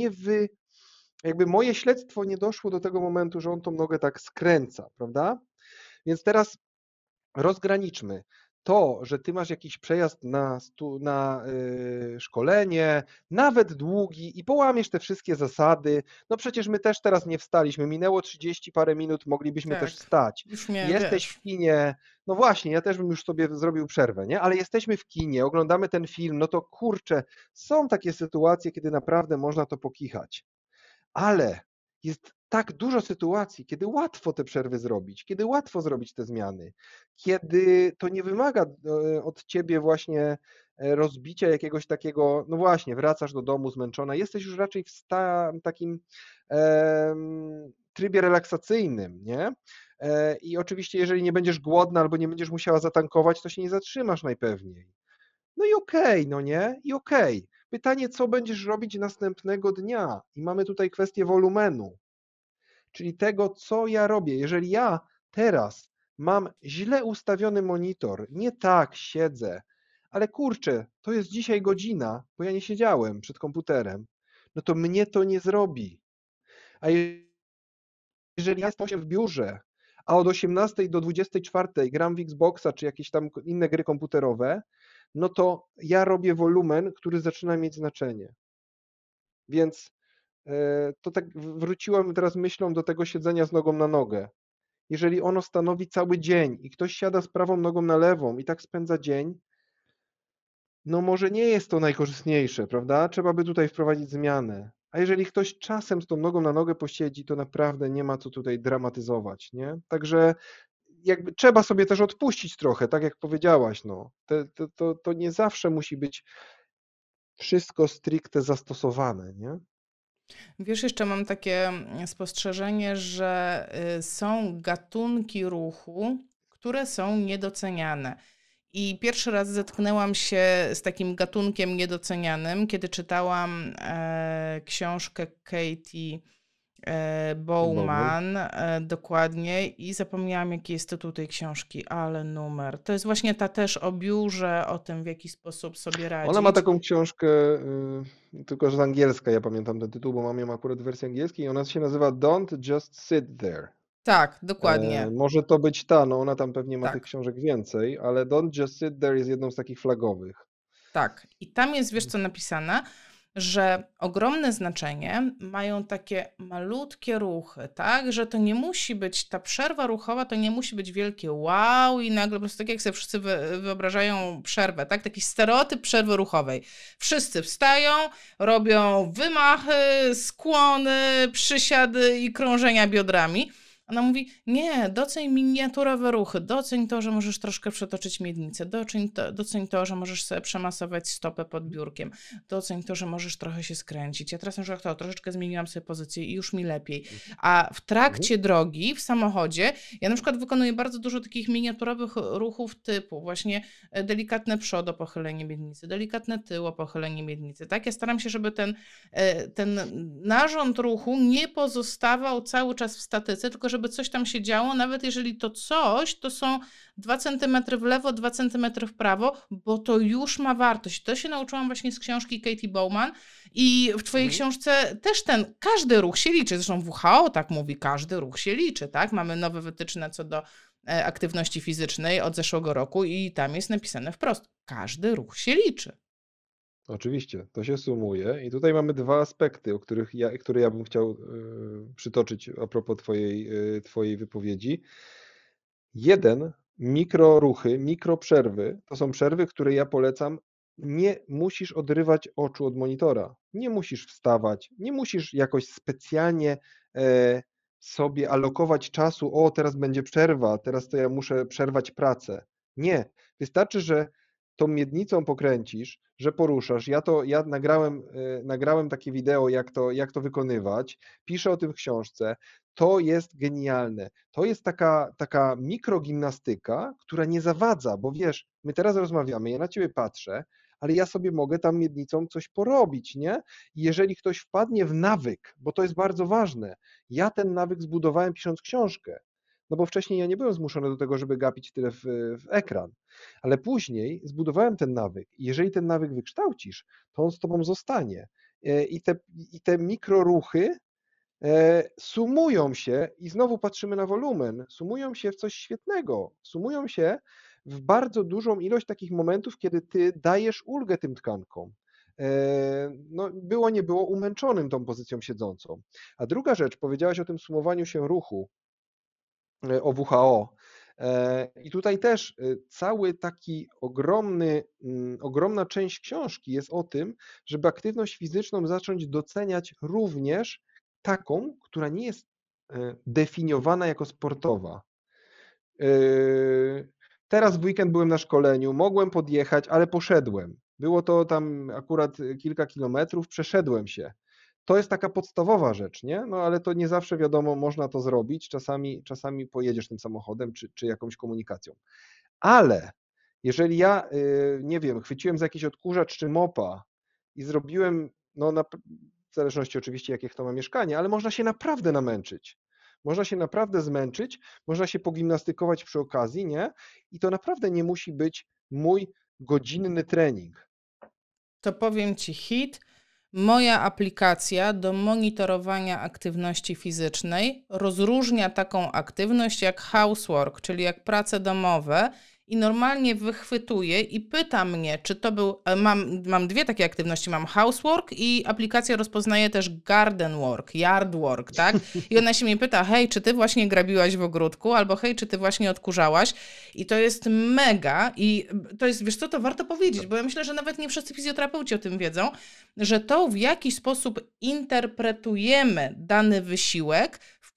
jakby moje śledztwo nie doszło do tego momentu, że on tą nogę tak skręca, prawda? Więc teraz rozgraniczmy to, że ty masz jakiś przejazd na szkolenie, nawet długi i połamiesz te wszystkie zasady. No przecież my też teraz nie wstaliśmy, minęło 30 parę minut, moglibyśmy też Tak, wstać. już mnie, Jesteś wiesz. w kinie, no właśnie, ja też bym już sobie zrobił przerwę, nie? Ale jesteśmy w kinie, oglądamy ten film, no to kurczę, są takie sytuacje, kiedy naprawdę można to pokichać. Ale jest tak dużo sytuacji, kiedy łatwo te przerwy zrobić, kiedy łatwo zrobić te zmiany, kiedy to nie wymaga od ciebie właśnie rozbicia jakiegoś takiego, no właśnie, wracasz do domu zmęczona, jesteś już raczej w takim trybie relaksacyjnym, nie? I oczywiście, jeżeli nie będziesz głodna albo nie będziesz musiała zatankować, to się nie zatrzymasz najpewniej. No i okej, no nie? I okej. Pytanie, co będziesz robić następnego dnia? I mamy tutaj kwestię wolumenu, czyli tego, co ja robię. Jeżeli ja teraz mam źle ustawiony monitor, nie tak siedzę, ale kurczę, to jest dzisiaj godzina, bo ja nie siedziałem przed komputerem, no to mnie to nie zrobi. A jeżeli ja jestem w biurze, a od 18 do 24 gram w Xboxa czy jakieś tam inne gry komputerowe, no to ja robię wolumen, który zaczyna mieć znaczenie. Więc to tak wróciłam teraz myślą do tego siedzenia z nogą na nogę. Jeżeli ono stanowi cały dzień i ktoś siada z prawą nogą na lewą i tak spędza dzień, no może nie jest to najkorzystniejsze, prawda? Trzeba by tutaj wprowadzić zmianę. A jeżeli ktoś czasem z tą nogą na nogę posiedzi, to naprawdę nie ma co tutaj dramatyzować, nie? Także jakby trzeba sobie też odpuścić trochę, tak jak powiedziałaś, no. To nie zawsze musi być wszystko stricte zastosowane, nie? Wiesz, jeszcze mam takie spostrzeżenie, że są gatunki ruchu, które są niedoceniane. I pierwszy raz zetknęłam się z takim gatunkiem niedocenianym, kiedy czytałam książkę Katie Bowman. Bowman, dokładnie, i zapomniałam, jaki jest tytuł tej książki, ale numer. To jest właśnie ta też o biurze, o tym, w jaki sposób sobie Ona ma radzić. taką książkę, tylko że z angielska, ja pamiętam ten tytuł, bo mam ją akurat w wersji angielskiej i ona się nazywa Don't Just Sit There. Tak, dokładnie. Może to być ta, no ona tam pewnie ma tych Tak. książek więcej, ale Don't Just Sit There jest jedną z takich flagowych. Tak. I tam jest, wiesz co napisane, że ogromne znaczenie mają takie malutkie ruchy, tak? Że to nie musi być, ta przerwa ruchowa to nie musi być wielkie wow i nagle po prostu tak jak sobie wszyscy wyobrażają przerwę, tak? Taki stereotyp przerwy ruchowej. Wszyscy wstają, robią wymachy, skłony, przysiady i krążenia biodrami. Ona mówi, nie, doceń miniaturowe ruchy, doceń to, że możesz troszkę przetoczyć miednicę, doceń to, że możesz sobie przemasować stopę pod biurkiem, doceń to, że możesz trochę się skręcić. Ja teraz na przykład troszeczkę zmieniłam sobie pozycję i już mi lepiej. A w trakcie drogi, w samochodzie, ja na przykład wykonuję bardzo dużo takich miniaturowych ruchów typu właśnie delikatne przodopochylenie miednicy, delikatne tyłopochylenie miednicy. Tak? Ja staram się, żeby ten narząd ruchu nie pozostawał cały czas w statyce, tylko żeby coś tam się działo, nawet jeżeli to coś to są 2 cm w lewo, 2 cm w prawo, bo to już ma wartość. To się nauczyłam właśnie z książki Katie Bowman i w twojej książce też każdy ruch się liczy. Zresztą WHO tak mówi, każdy ruch się liczy, tak? Mamy nowe wytyczne co do aktywności fizycznej od zeszłego roku i tam jest napisane wprost, każdy ruch się liczy. Oczywiście, to się sumuje i tutaj mamy dwa aspekty, które ja bym chciał przytoczyć a propos twojej wypowiedzi. Jeden, mikroruchy, mikroprzerwy, to są przerwy, które ja polecam. Nie musisz odrywać oczu od monitora, nie musisz wstawać, nie musisz jakoś specjalnie sobie alokować czasu, o teraz będzie przerwa, teraz to ja muszę przerwać pracę. Nie, wystarczy, że tą miednicą pokręcisz, że poruszasz. Ja nagrałem takie wideo, jak to wykonywać, piszę o tym w książce. To jest genialne. To jest taka mikrogimnastyka, która nie zawadza, bo wiesz, my teraz rozmawiamy, ja na ciebie patrzę, ale ja sobie mogę tam miednicą coś porobić, nie? I jeżeli ktoś wpadnie w nawyk, bo to jest bardzo ważne, ja ten nawyk zbudowałem pisząc książkę, no bo wcześniej ja nie byłem zmuszony do tego, żeby gapić tyle w ekran, ale później zbudowałem ten nawyk i jeżeli ten nawyk wykształcisz, to on z tobą zostanie. I te mikroruchy sumują się i znowu patrzymy na wolumen, sumują się w coś świetnego, sumują się w bardzo dużą ilość takich momentów, kiedy ty dajesz ulgę tym tkankom. No, było nie było umęczonym tą pozycją siedzącą. A druga rzecz, powiedziałaś o tym sumowaniu się ruchu, o WHO. I tutaj też cały taki ogromna część książki jest o tym, żeby aktywność fizyczną zacząć doceniać również taką, która nie jest definiowana jako sportowa. Teraz w weekend byłem na szkoleniu, mogłem podjechać, ale poszedłem. Było to tam akurat kilka kilometrów, przeszedłem się. To jest taka podstawowa rzecz, nie? No ale to nie zawsze wiadomo, można to zrobić. Czasami pojedziesz tym samochodem czy jakąś komunikacją. Ale jeżeli ja, nie wiem, chwyciłem za jakiś odkurzacz czy mopa i zrobiłem, no w zależności oczywiście jakie kto ma mieszkanie, ale można się naprawdę namęczyć. Można się naprawdę zmęczyć, można się pogimnastykować przy okazji, nie? I to naprawdę nie musi być mój godzinny trening. To powiem ci hit. Moja aplikacja do monitorowania aktywności fizycznej rozróżnia taką aktywność jak housework, czyli jak prace domowe i normalnie wychwytuje i pyta mnie, czy to był, mam dwie takie aktywności, mam housework i aplikacja rozpoznaje też garden work, yard work, tak? I ona się mnie pyta, hej, czy ty właśnie grabiłaś w ogródku, albo hej, czy ty właśnie odkurzałaś? I to jest mega i to jest, wiesz co, to warto powiedzieć, bo ja myślę, że nawet nie wszyscy fizjoterapeuci o tym wiedzą, że to w jaki sposób interpretujemy dany wysiłek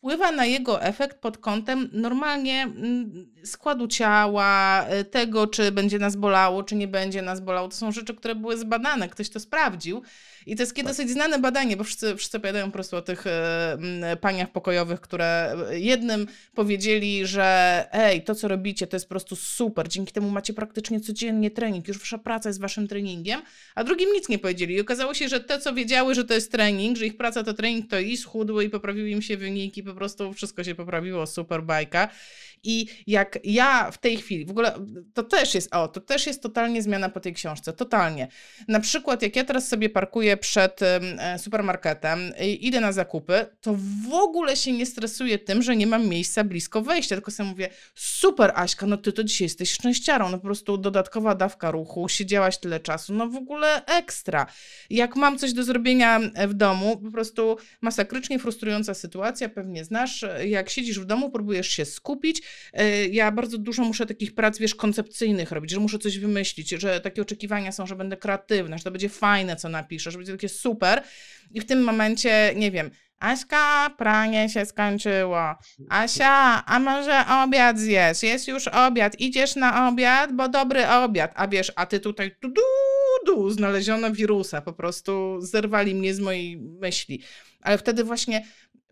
wpływa na jego efekt pod kątem normalnie składu ciała, tego, czy będzie nas bolało, czy nie będzie nas bolało. To są rzeczy, które były zbadane, ktoś to sprawdził. I to jest takie Tak. dosyć znane badanie, bo wszyscy opowiadają po prostu o tych paniach pokojowych, które jednym powiedzieli, że to co robicie, to jest po prostu super, dzięki temu macie praktycznie codziennie trening, już wasza praca jest waszym treningiem, a drugim nic nie powiedzieli. I okazało się, że te, co wiedziały, że to jest trening, że ich praca to trening, to i schudły, i poprawiły im się wyniki, po prostu wszystko się poprawiło, super bajka. I jak ja w tej chwili, w ogóle to też jest totalnie zmiana po tej książce, totalnie. Na przykład jak ja teraz sobie parkuję przed supermarketem i idę na zakupy, to w ogóle się nie stresuję tym, że nie mam miejsca blisko wejścia, tylko sobie mówię, super Aśka, no ty to dzisiaj jesteś szczęściarą, no po prostu dodatkowa dawka ruchu, siedziałaś tyle czasu, no w ogóle ekstra. Jak mam coś do zrobienia w domu, po prostu masakrycznie frustrująca sytuacja, pewnie znasz, jak siedzisz w domu, próbujesz się skupić, ja bardzo dużo muszę takich prac, koncepcyjnych robić, że muszę coś wymyślić, że takie oczekiwania są, że będę kreatywna, że to będzie fajne, co napiszę, że będzie takie super i w tym momencie, nie wiem, Aśka, pranie się skończyło. Asia, a może obiad zjesz? Jest już obiad, idziesz na obiad, bo dobry obiad. A wiesz, a ty tutaj znaleziono wirusa, po prostu zerwali mnie z mojej myśli. Ale wtedy właśnie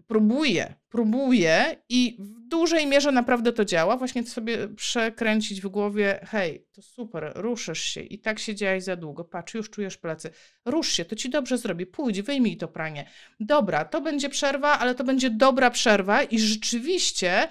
próbuję i w dużej mierze naprawdę to działa, właśnie sobie przekręcić w głowie, hej, to super, ruszysz się i tak siedziałeś za długo, patrz, już czujesz plecy, rusz się, to ci dobrze zrobi, pójdź, wyjmij to pranie. Dobra, to będzie przerwa, ale to będzie dobra przerwa i rzeczywiście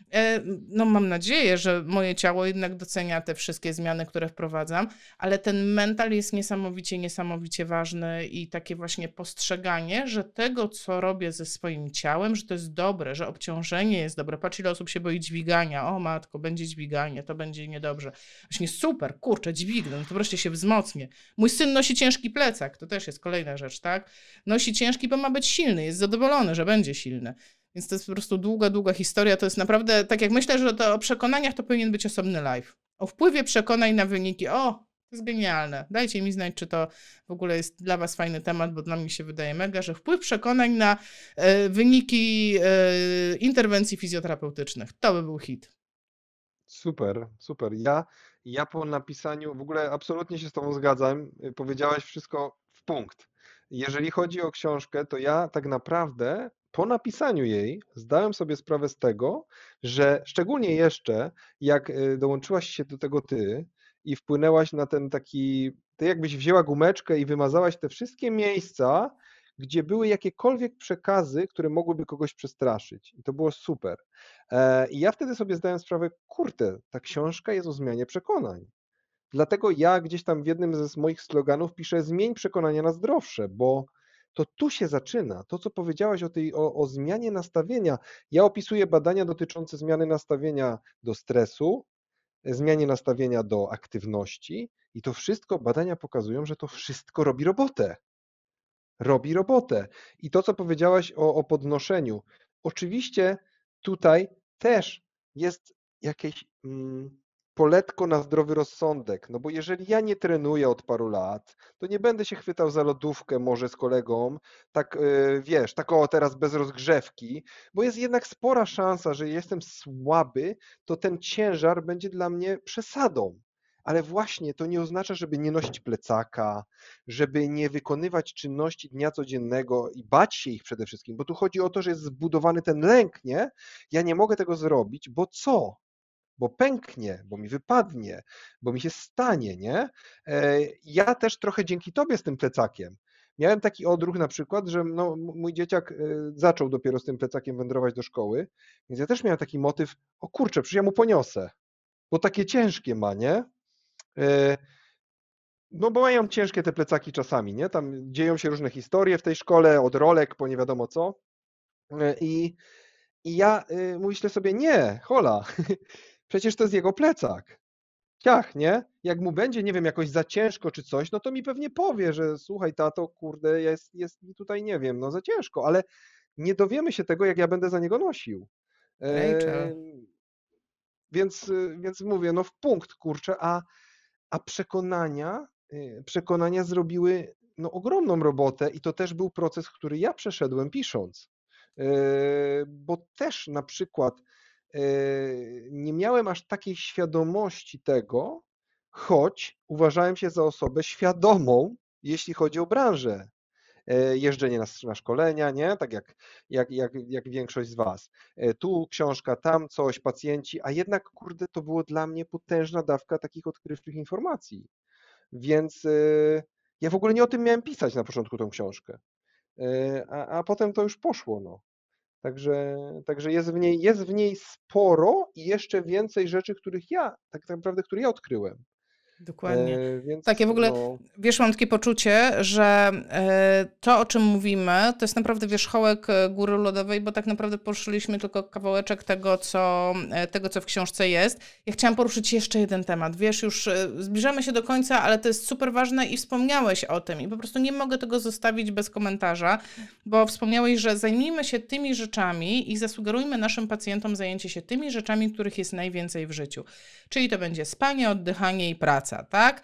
no mam nadzieję, że moje ciało jednak docenia te wszystkie zmiany, które wprowadzam, ale ten mental jest niesamowicie ważny i takie właśnie postrzeganie, że tego, co robię ze swoim ciałem, że to jest dobre, że obciążenie jest dobre. Patrz, ile osób się boi dźwigania. O matko, będzie dźwiganie, to będzie niedobrze. Właśnie super, kurczę, dźwignę, no to wreszcie się wzmocnię. Mój syn nosi ciężki plecak, to też jest kolejna rzecz, tak? Nosi ciężki, bo ma być silny, jest zadowolony, że będzie silny. Więc to jest po prostu długa historia. To jest naprawdę, tak jak myślę, że to o przekonaniach to powinien być osobny live. O wpływie przekonań na wyniki. O, to jest genialne. Dajcie mi znać, czy to w ogóle jest dla was fajny temat, bo dla mnie się wydaje mega, że wpływ przekonań na wyniki interwencji fizjoterapeutycznych. To by był hit. Super, super. Ja po napisaniu, w ogóle absolutnie się z tobą zgadzam, powiedziałaś wszystko w punkt. Jeżeli chodzi o książkę, to ja tak naprawdę po napisaniu jej zdałem sobie sprawę z tego, że szczególnie jeszcze jak dołączyłaś się do tego ty i wpłynęłaś na ten taki, ty jakbyś wzięła gumeczkę i wymazałaś te wszystkie miejsca, gdzie były jakiekolwiek przekazy, które mogłyby kogoś przestraszyć. I to było super. I ja wtedy sobie zdałem sprawę, kurde, ta książka jest o zmianie przekonań. Dlatego ja gdzieś tam w jednym ze moich sloganów piszę zmień przekonania na zdrowsze, bo to tu się zaczyna. To, co powiedziałaś o zmianie nastawienia. Ja opisuję badania dotyczące zmiany nastawienia do stresu, zmianie nastawienia do aktywności i to wszystko, badania pokazują, że to wszystko robi robotę. Robi robotę. I to, co powiedziałaś o podnoszeniu. Oczywiście tutaj też jest jakieś poletko na zdrowy rozsądek, no bo jeżeli ja nie trenuję od paru lat, to nie będę się chwytał za lodówkę może z kolegą, tak wiesz, tak o teraz bez rozgrzewki, bo jest jednak spora szansa, że jestem słaby, to ten ciężar będzie dla mnie przesadą. Ale właśnie to nie oznacza, żeby nie nosić plecaka, żeby nie wykonywać czynności dnia codziennego i bać się ich przede wszystkim, bo tu chodzi o to, że jest zbudowany ten lęk, nie? Ja nie mogę tego zrobić, bo co? Bo pęknie, bo mi wypadnie, bo mi się stanie, nie? Ja też trochę dzięki tobie z tym plecakiem. Miałem taki odruch na przykład, że no, mój dzieciak zaczął dopiero z tym plecakiem wędrować do szkoły, więc ja też miałem taki motyw, o kurczę, przecież ja mu poniosę, bo takie ciężkie ma, nie? No bo mają ciężkie te plecaki czasami, nie? Tam dzieją się różne historie w tej szkole, od rolek po nie wiadomo co. I ja myślę sobie, nie, hola, przecież to jest jego plecak. Ciach, nie? Jak mu będzie, nie wiem, jakoś za ciężko czy coś, no to mi pewnie powie, że słuchaj tato, kurde, jest mi tutaj, nie wiem, no za ciężko, ale nie dowiemy się tego, jak ja będę za niego nosił. Rachel. Więc mówię, no w punkt, kurczę, a przekonania zrobiły no, ogromną robotę i to też był proces, który ja przeszedłem pisząc. bo też na przykład nie miałem aż takiej świadomości tego, choć uważałem się za osobę świadomą, jeśli chodzi o branżę. Jeżdżenie na szkolenia, nie? Tak jak większość z Was. Tu książka, tam coś, pacjenci, a jednak, kurde, to było dla mnie potężna dawka takich odkrywczych informacji. Więc ja w ogóle nie o tym miałem pisać na początku tą książkę. A potem to już poszło, no. Także jest w niej sporo i jeszcze więcej rzeczy, tak naprawdę, które ja odkryłem. Dokładnie. Tak, Więc ja w ogóle, no, wiesz, mam takie poczucie, że to, o czym mówimy, to jest naprawdę wierzchołek góry lodowej, bo tak naprawdę poruszyliśmy tylko kawałeczek tego, co w książce jest. Ja chciałam poruszyć jeszcze jeden temat. Wiesz, już zbliżamy się do końca, ale to jest super ważne i wspomniałeś o tym i po prostu nie mogę tego zostawić bez komentarza, bo wspomniałeś, że zajmijmy się tymi rzeczami i zasugerujmy naszym pacjentom zajęcie się tymi rzeczami, których jest najwięcej w życiu. Czyli to będzie spanie, oddychanie i praca, tak?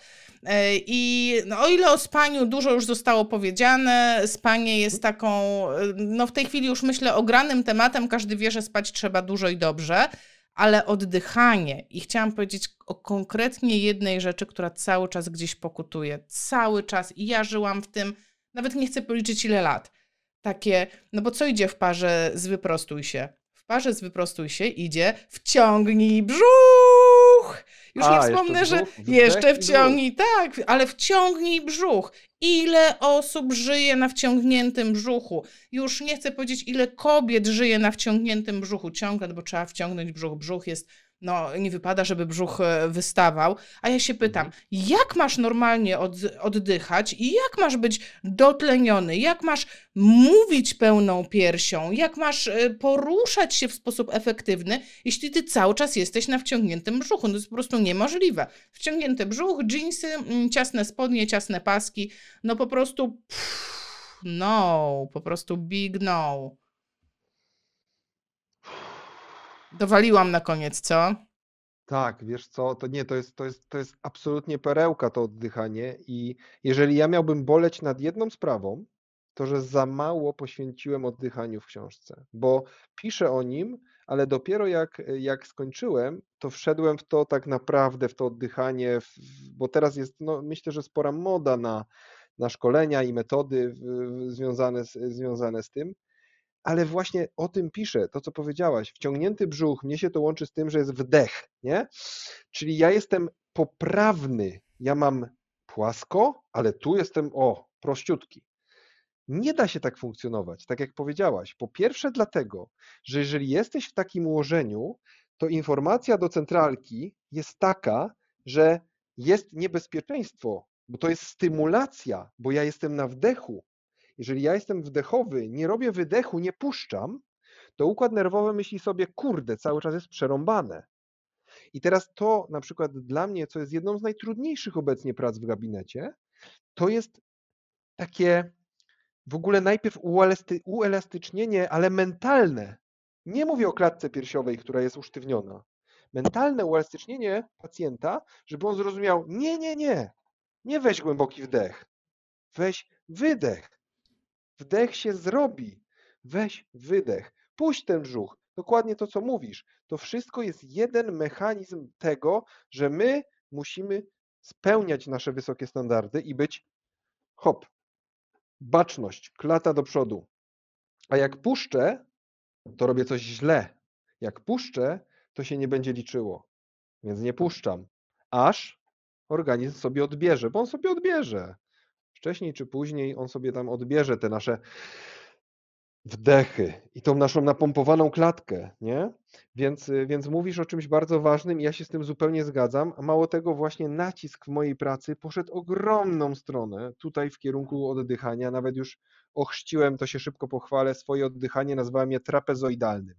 I no, o ile o spaniu dużo już zostało powiedziane, spanie jest taką, no w tej chwili już myślę ogranym tematem, każdy wie, że spać trzeba dużo i dobrze, ale oddychanie i chciałam powiedzieć o konkretnie jednej rzeczy, która cały czas gdzieś pokutuje, cały czas i ja żyłam w tym, nawet nie chcę policzyć ile lat, takie, no bo co idzie w parze z wyprostuj się? W parze z wyprostuj się idzie wciągnij brzuch! Już nie jeszcze wspomnę, że brzuch, jeszcze wdech i brzuch. wciągnij, tak, ale wciągnij brzuch. Ile osób żyje na wciągniętym brzuchu? Już nie chcę powiedzieć, ile kobiet żyje na wciągniętym brzuchu ciągle, bo trzeba wciągnąć brzuch. Brzuch jest, no nie wypada, żeby brzuch wystawał. A ja się pytam, jak masz normalnie oddychać i jak masz być dotleniony, jak masz mówić pełną piersią, jak masz poruszać się w sposób efektywny, jeśli ty cały czas jesteś na wciągniętym brzuchu. No to jest po prostu niemożliwe. Wciągnięty brzuch, dżinsy, ciasne spodnie, ciasne paski, no po prostu no, po prostu big no. Dowaliłam na koniec, co? Tak, wiesz co, to jest absolutnie perełka to oddychanie i jeżeli ja miałbym boleć nad jedną sprawą, to że za mało poświęciłem oddychaniu w książce, bo piszę o nim, ale dopiero jak skończyłem, to wszedłem w to tak naprawdę, w to oddychanie, bo teraz jest, no, myślę, że spora moda na szkolenia i metody związane z tym, ale właśnie o tym piszę, to co powiedziałaś, wciągnięty brzuch, mnie się to łączy z tym, że jest wdech, nie? Czyli ja jestem poprawny, ja mam płasko, ale tu jestem, prościutki. Nie da się tak funkcjonować, tak jak powiedziałaś. Po pierwsze dlatego, że jeżeli jesteś w takim ułożeniu, to informacja do centralki jest taka, że jest niebezpieczeństwo, bo to jest stymulacja, bo ja jestem na wdechu. Jeżeli ja jestem wdechowy, nie robię wydechu, nie puszczam, to układ nerwowy myśli sobie, kurde, cały czas jest przerąbane. I teraz to na przykład dla mnie, co jest jedną z najtrudniejszych obecnie prac w gabinecie, to jest takie w ogóle najpierw uelastycznienie, ale mentalne. Nie mówię o klatce piersiowej, która jest usztywniona. Mentalne uelastycznienie pacjenta, żeby on zrozumiał, nie weź głęboki wdech, weź wydech. Wdech się zrobi. Weź wydech. Puść ten brzuch. Dokładnie to, co mówisz. To wszystko jest jeden mechanizm tego, że my musimy spełniać nasze wysokie standardy i być hop, baczność, klata do przodu. A jak puszczę, to robię coś źle. Jak puszczę, to się nie będzie liczyło. Więc nie puszczam. Aż organizm sobie odbierze, bo on sobie odbierze. Wcześniej czy później on sobie tam odbierze te nasze wdechy i tą naszą napompowaną klatkę, nie? Więc mówisz o czymś bardzo ważnym i ja się z tym zupełnie zgadzam. A mało tego, właśnie nacisk w mojej pracy poszedł ogromną stronę tutaj w kierunku oddychania. Nawet już ochrzciłem, to się szybko pochwalę, swoje oddychanie, nazwałem je trapezoidalnym.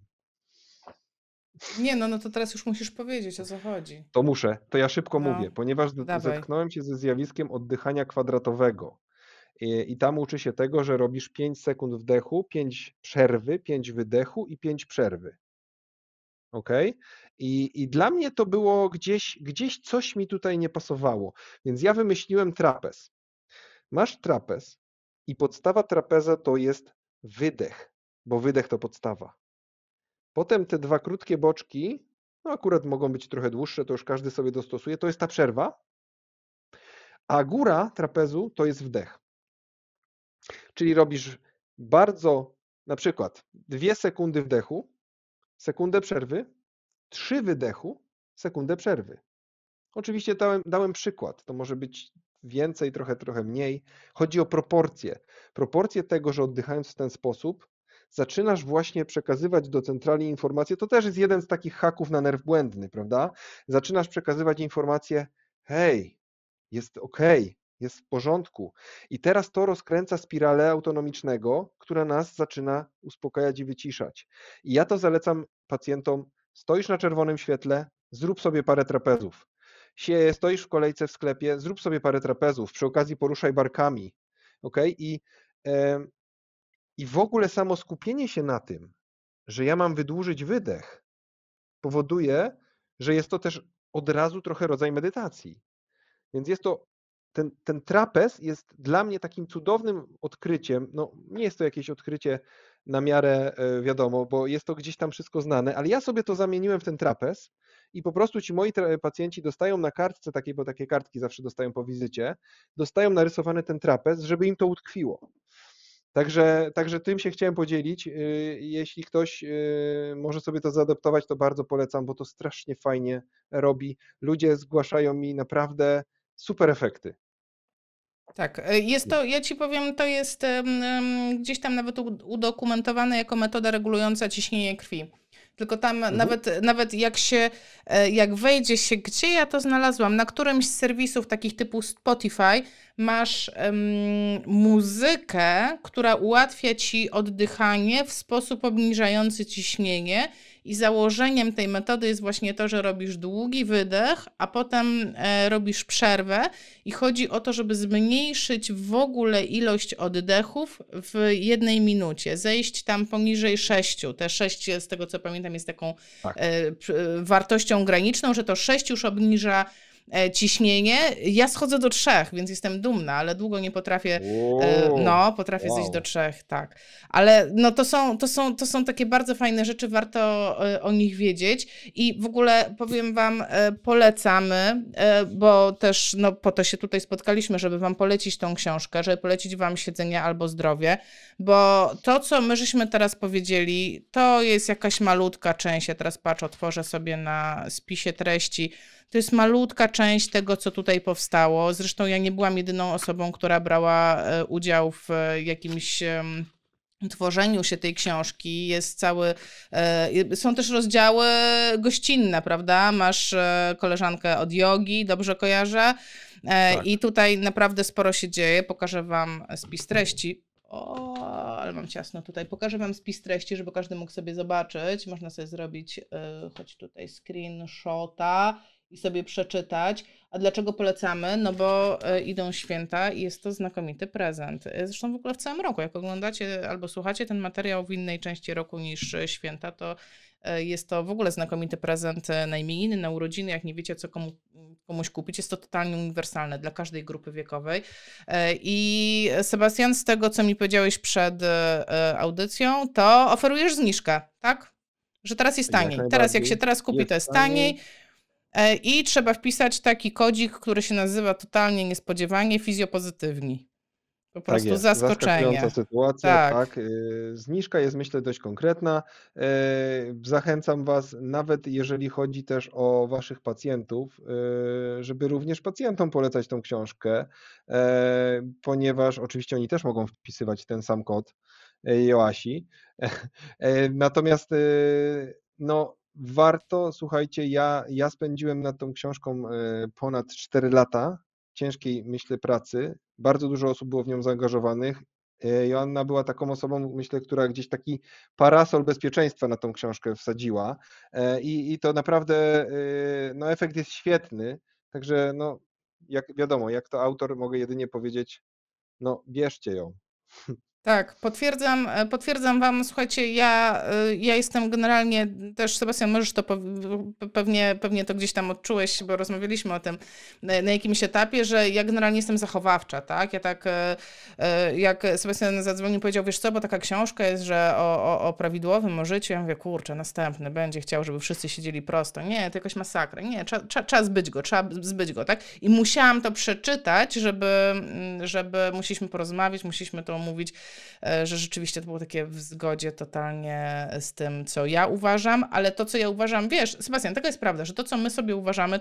Nie, no to teraz już musisz powiedzieć, o co chodzi. To muszę, to ja szybko No, mówię, ponieważ dawaj. zetknąłem się ze zjawiskiem oddychania kwadratowego. I tam uczy się tego, że robisz 5 sekund wdechu, 5 przerwy, 5 wydechu i 5 przerwy. Ok? I dla mnie to było gdzieś coś mi tutaj nie pasowało. Więc ja wymyśliłem trapez. Masz trapez i podstawa trapeza to jest wydech. bo wydech to podstawa. Potem te 2 krótkie boczki, no akurat mogą być trochę dłuższe, to już każdy sobie dostosuje, to jest ta przerwa, a góra trapezu to jest wdech. Czyli robisz bardzo, na przykład 2 sekundy wdechu, sekundę przerwy, 3 wydechu, sekundę przerwy. Oczywiście dałem przykład, to może być więcej, trochę mniej. Chodzi o proporcje. Proporcje tego, że oddychając w ten sposób, zaczynasz właśnie przekazywać do centrali informacje. To też jest jeden z takich haków na nerw błędny, prawda? Zaczynasz przekazywać informacje, hej, jest ok, jest w porządku. I teraz to rozkręca spiralę autonomicznego, która nas zaczyna uspokajać i wyciszać. I ja to zalecam pacjentom, stoisz na czerwonym świetle, zrób sobie parę trapezów. Stoisz w kolejce w sklepie, zrób sobie parę trapezów, przy okazji poruszaj barkami, ok? I w ogóle samo skupienie się na tym, że ja mam wydłużyć wydech, powoduje, że jest to też od razu trochę rodzaj medytacji. Więc jest to, ten trapez jest dla mnie takim cudownym odkryciem. No, nie jest to jakieś odkrycie na miarę, wiadomo, bo jest to gdzieś tam wszystko znane, ale ja sobie to zamieniłem w ten trapez i po prostu ci moi pacjenci dostają na kartce takiej, bo takie kartki zawsze dostają po wizycie, dostają narysowany ten trapez, żeby im to utkwiło. Także tym się chciałem podzielić. Jeśli ktoś może sobie to zaadaptować, to bardzo polecam, bo to strasznie fajnie robi. Ludzie zgłaszają mi naprawdę super efekty. Tak, jest to, ja ci powiem, to jest gdzieś tam nawet udokumentowane jako metoda regulująca ciśnienie krwi. Tylko tam nawet jak wejdzie się, gdzie ja to znalazłam, na którymś z serwisów takich typu Spotify masz muzykę, która ułatwia ci oddychanie w sposób obniżający ciśnienie. I założeniem tej metody jest właśnie to, że robisz długi wydech, a potem robisz przerwę i chodzi o to, żeby zmniejszyć w ogóle ilość oddechów w 1 minucie. Zejść tam poniżej 6. Te 6 z tego co pamiętam jest taką Tak. wartością graniczną, że to 6 już obniża ciśnienie. Ja schodzę do 3, więc jestem dumna, ale długo nie potrafię. Potrafię zejść do 3, tak. Ale no to są takie bardzo fajne rzeczy, warto o nich wiedzieć i w ogóle powiem wam, polecamy, bo też no, po to się tutaj spotkaliśmy, żeby wam polecić tą książkę, żeby polecić wam Siedzenie albo Zdrowie, bo to, co my żeśmy teraz powiedzieli, to jest jakaś malutka część. Ja teraz otworzę sobie na spisie treści. To jest malutka część tego, co tutaj powstało. Zresztą ja nie byłam jedyną osobą, która brała udział w jakimś tworzeniu się tej książki. Jest są też rozdziały gościnne, prawda? Masz koleżankę od jogi, dobrze kojarzę? Tak. I tutaj naprawdę sporo się dzieje. Pokażę wam spis treści. Ale mam ciasno tutaj. Pokażę wam spis treści, żeby każdy mógł sobie zobaczyć. Można sobie zrobić, choć tutaj screenshota i sobie przeczytać. A dlaczego polecamy? No bo idą święta i jest to znakomity prezent. Zresztą w ogóle w całym roku. Jak oglądacie albo słuchacie ten materiał w innej części roku niż święta, to jest to w ogóle znakomity prezent na imieniny, na urodziny. Jak nie wiecie, co komuś kupić, jest to totalnie uniwersalne dla każdej grupy wiekowej. I Sebastian, z tego, co mi powiedziałeś przed audycją, to oferujesz zniżkę, tak? Że teraz jest taniej. Teraz jak się teraz kupi, to jest taniej. I trzeba wpisać taki kodzik, który się nazywa totalnie niespodziewanie fizjopozytywni. Po prostu jest. zaskoczenie. Zaskakująca sytuacja, tak. Zniżka jest, myślę, dość konkretna. Zachęcam Was, nawet jeżeli chodzi też o Waszych pacjentów, żeby również pacjentom polecać tą książkę, ponieważ oczywiście oni też mogą wpisywać ten sam kod Joasi. Natomiast no, warto, słuchajcie, ja spędziłem nad tą książką ponad 4 lata ciężkiej, myślę, pracy. Bardzo dużo osób było w nią zaangażowanych. Joanna była taką osobą, myślę, która gdzieś taki parasol bezpieczeństwa na tą książkę wsadziła i to naprawdę no, efekt jest świetny. Także no, jak wiadomo, jak to autor mogę jedynie powiedzieć, no bierzcie ją. Tak, potwierdzam wam, słuchajcie, ja jestem generalnie też, Sebastian, możesz to pewnie to gdzieś tam odczułeś, bo rozmawialiśmy o tym na jakimś etapie, że ja generalnie jestem zachowawcza, tak? Ja tak, jak Sebastian zadzwonił, powiedział, wiesz co, bo taka książka jest, że o prawidłowym, o życiu, ja mówię, kurczę, następny będzie chciał, żeby wszyscy siedzieli prosto. Nie, to jakaś masakra. Nie, trzeba zbyć go, tak? I musiałam to przeczytać, żeby musieliśmy porozmawiać, musieliśmy to omówić, że rzeczywiście to było takie w zgodzie totalnie z tym, co ja uważam, ale to, co ja uważam, wiesz, Sebastian, taka jest prawda, że to, co my sobie uważamy,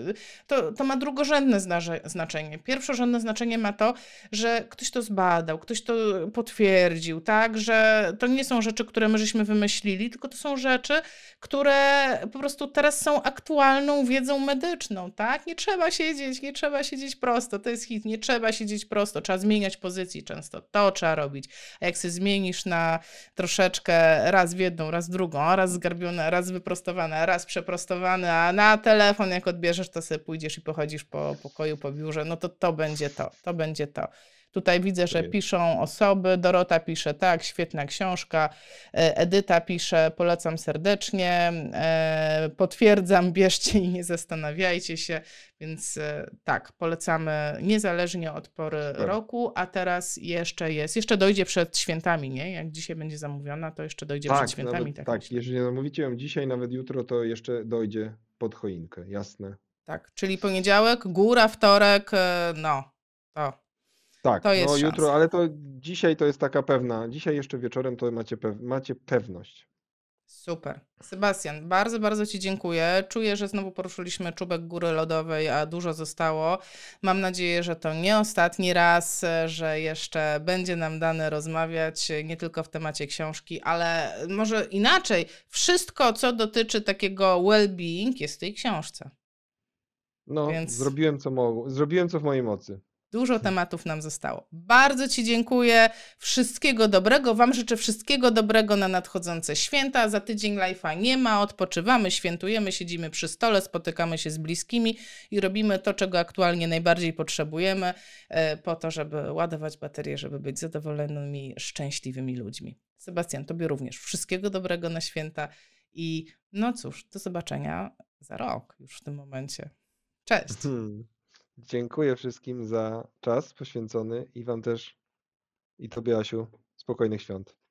to ma drugorzędne znaczenie. Pierwszorzędne znaczenie ma to, że ktoś to zbadał, ktoś to potwierdził, tak, że to nie są rzeczy, które my żeśmy wymyślili, tylko to są rzeczy, które po prostu teraz są aktualną wiedzą medyczną, tak? Nie trzeba siedzieć prosto, to jest hit, nie trzeba siedzieć prosto, trzeba zmieniać pozycji często, to trzeba robić. A jak się zmienisz na troszeczkę raz w jedną, raz w drugą, a raz zgarbione, raz wyprostowane, a raz przeprostowane, a na telefon jak odbierzesz, to sobie pójdziesz i pochodzisz po pokoju, po biurze, no to będzie to. Tutaj widzę, że piszą osoby. Dorota pisze, tak, świetna książka. Edyta pisze, polecam serdecznie. Potwierdzam, bierzcie i nie zastanawiajcie się. Więc tak, polecamy niezależnie od pory roku, a teraz jeszcze dojdzie przed świętami, nie? Jak dzisiaj będzie zamówiona, to jeszcze dojdzie przed świętami. Tak, jeżeli zamówicie ją dzisiaj, nawet jutro, to jeszcze dojdzie pod choinkę, jasne. Tak, czyli poniedziałek, góra, wtorek, no, to. Tak, To jest jutro, szansa. ale to dzisiaj to jest taka pewna. Dzisiaj jeszcze wieczorem to macie pewność. Super. Sebastian, bardzo, bardzo ci dziękuję. Czuję, że znowu poruszyliśmy czubek góry lodowej, a dużo zostało. Mam nadzieję, że to nie ostatni raz, że jeszcze będzie nam dane rozmawiać nie tylko w temacie książki, ale może inaczej. Wszystko, co dotyczy takiego well-being, jest w tej książce. No, Więc zrobiłem co w mojej mocy. dużo tematów nam zostało. Bardzo ci dziękuję. Wszystkiego dobrego. Wam życzę wszystkiego dobrego na nadchodzące święta. Za tydzień live'a nie ma. Odpoczywamy, świętujemy, siedzimy przy stole, spotykamy się z bliskimi i robimy to, czego aktualnie najbardziej potrzebujemy, po to, żeby ładować baterie, żeby być zadowolonymi, szczęśliwymi ludźmi. Sebastian, tobie również wszystkiego dobrego na święta i no cóż, do zobaczenia za rok już w tym momencie. Cześć. Dziękuję wszystkim za czas poświęcony i wam też, i tobie, Asiu, spokojnych świąt.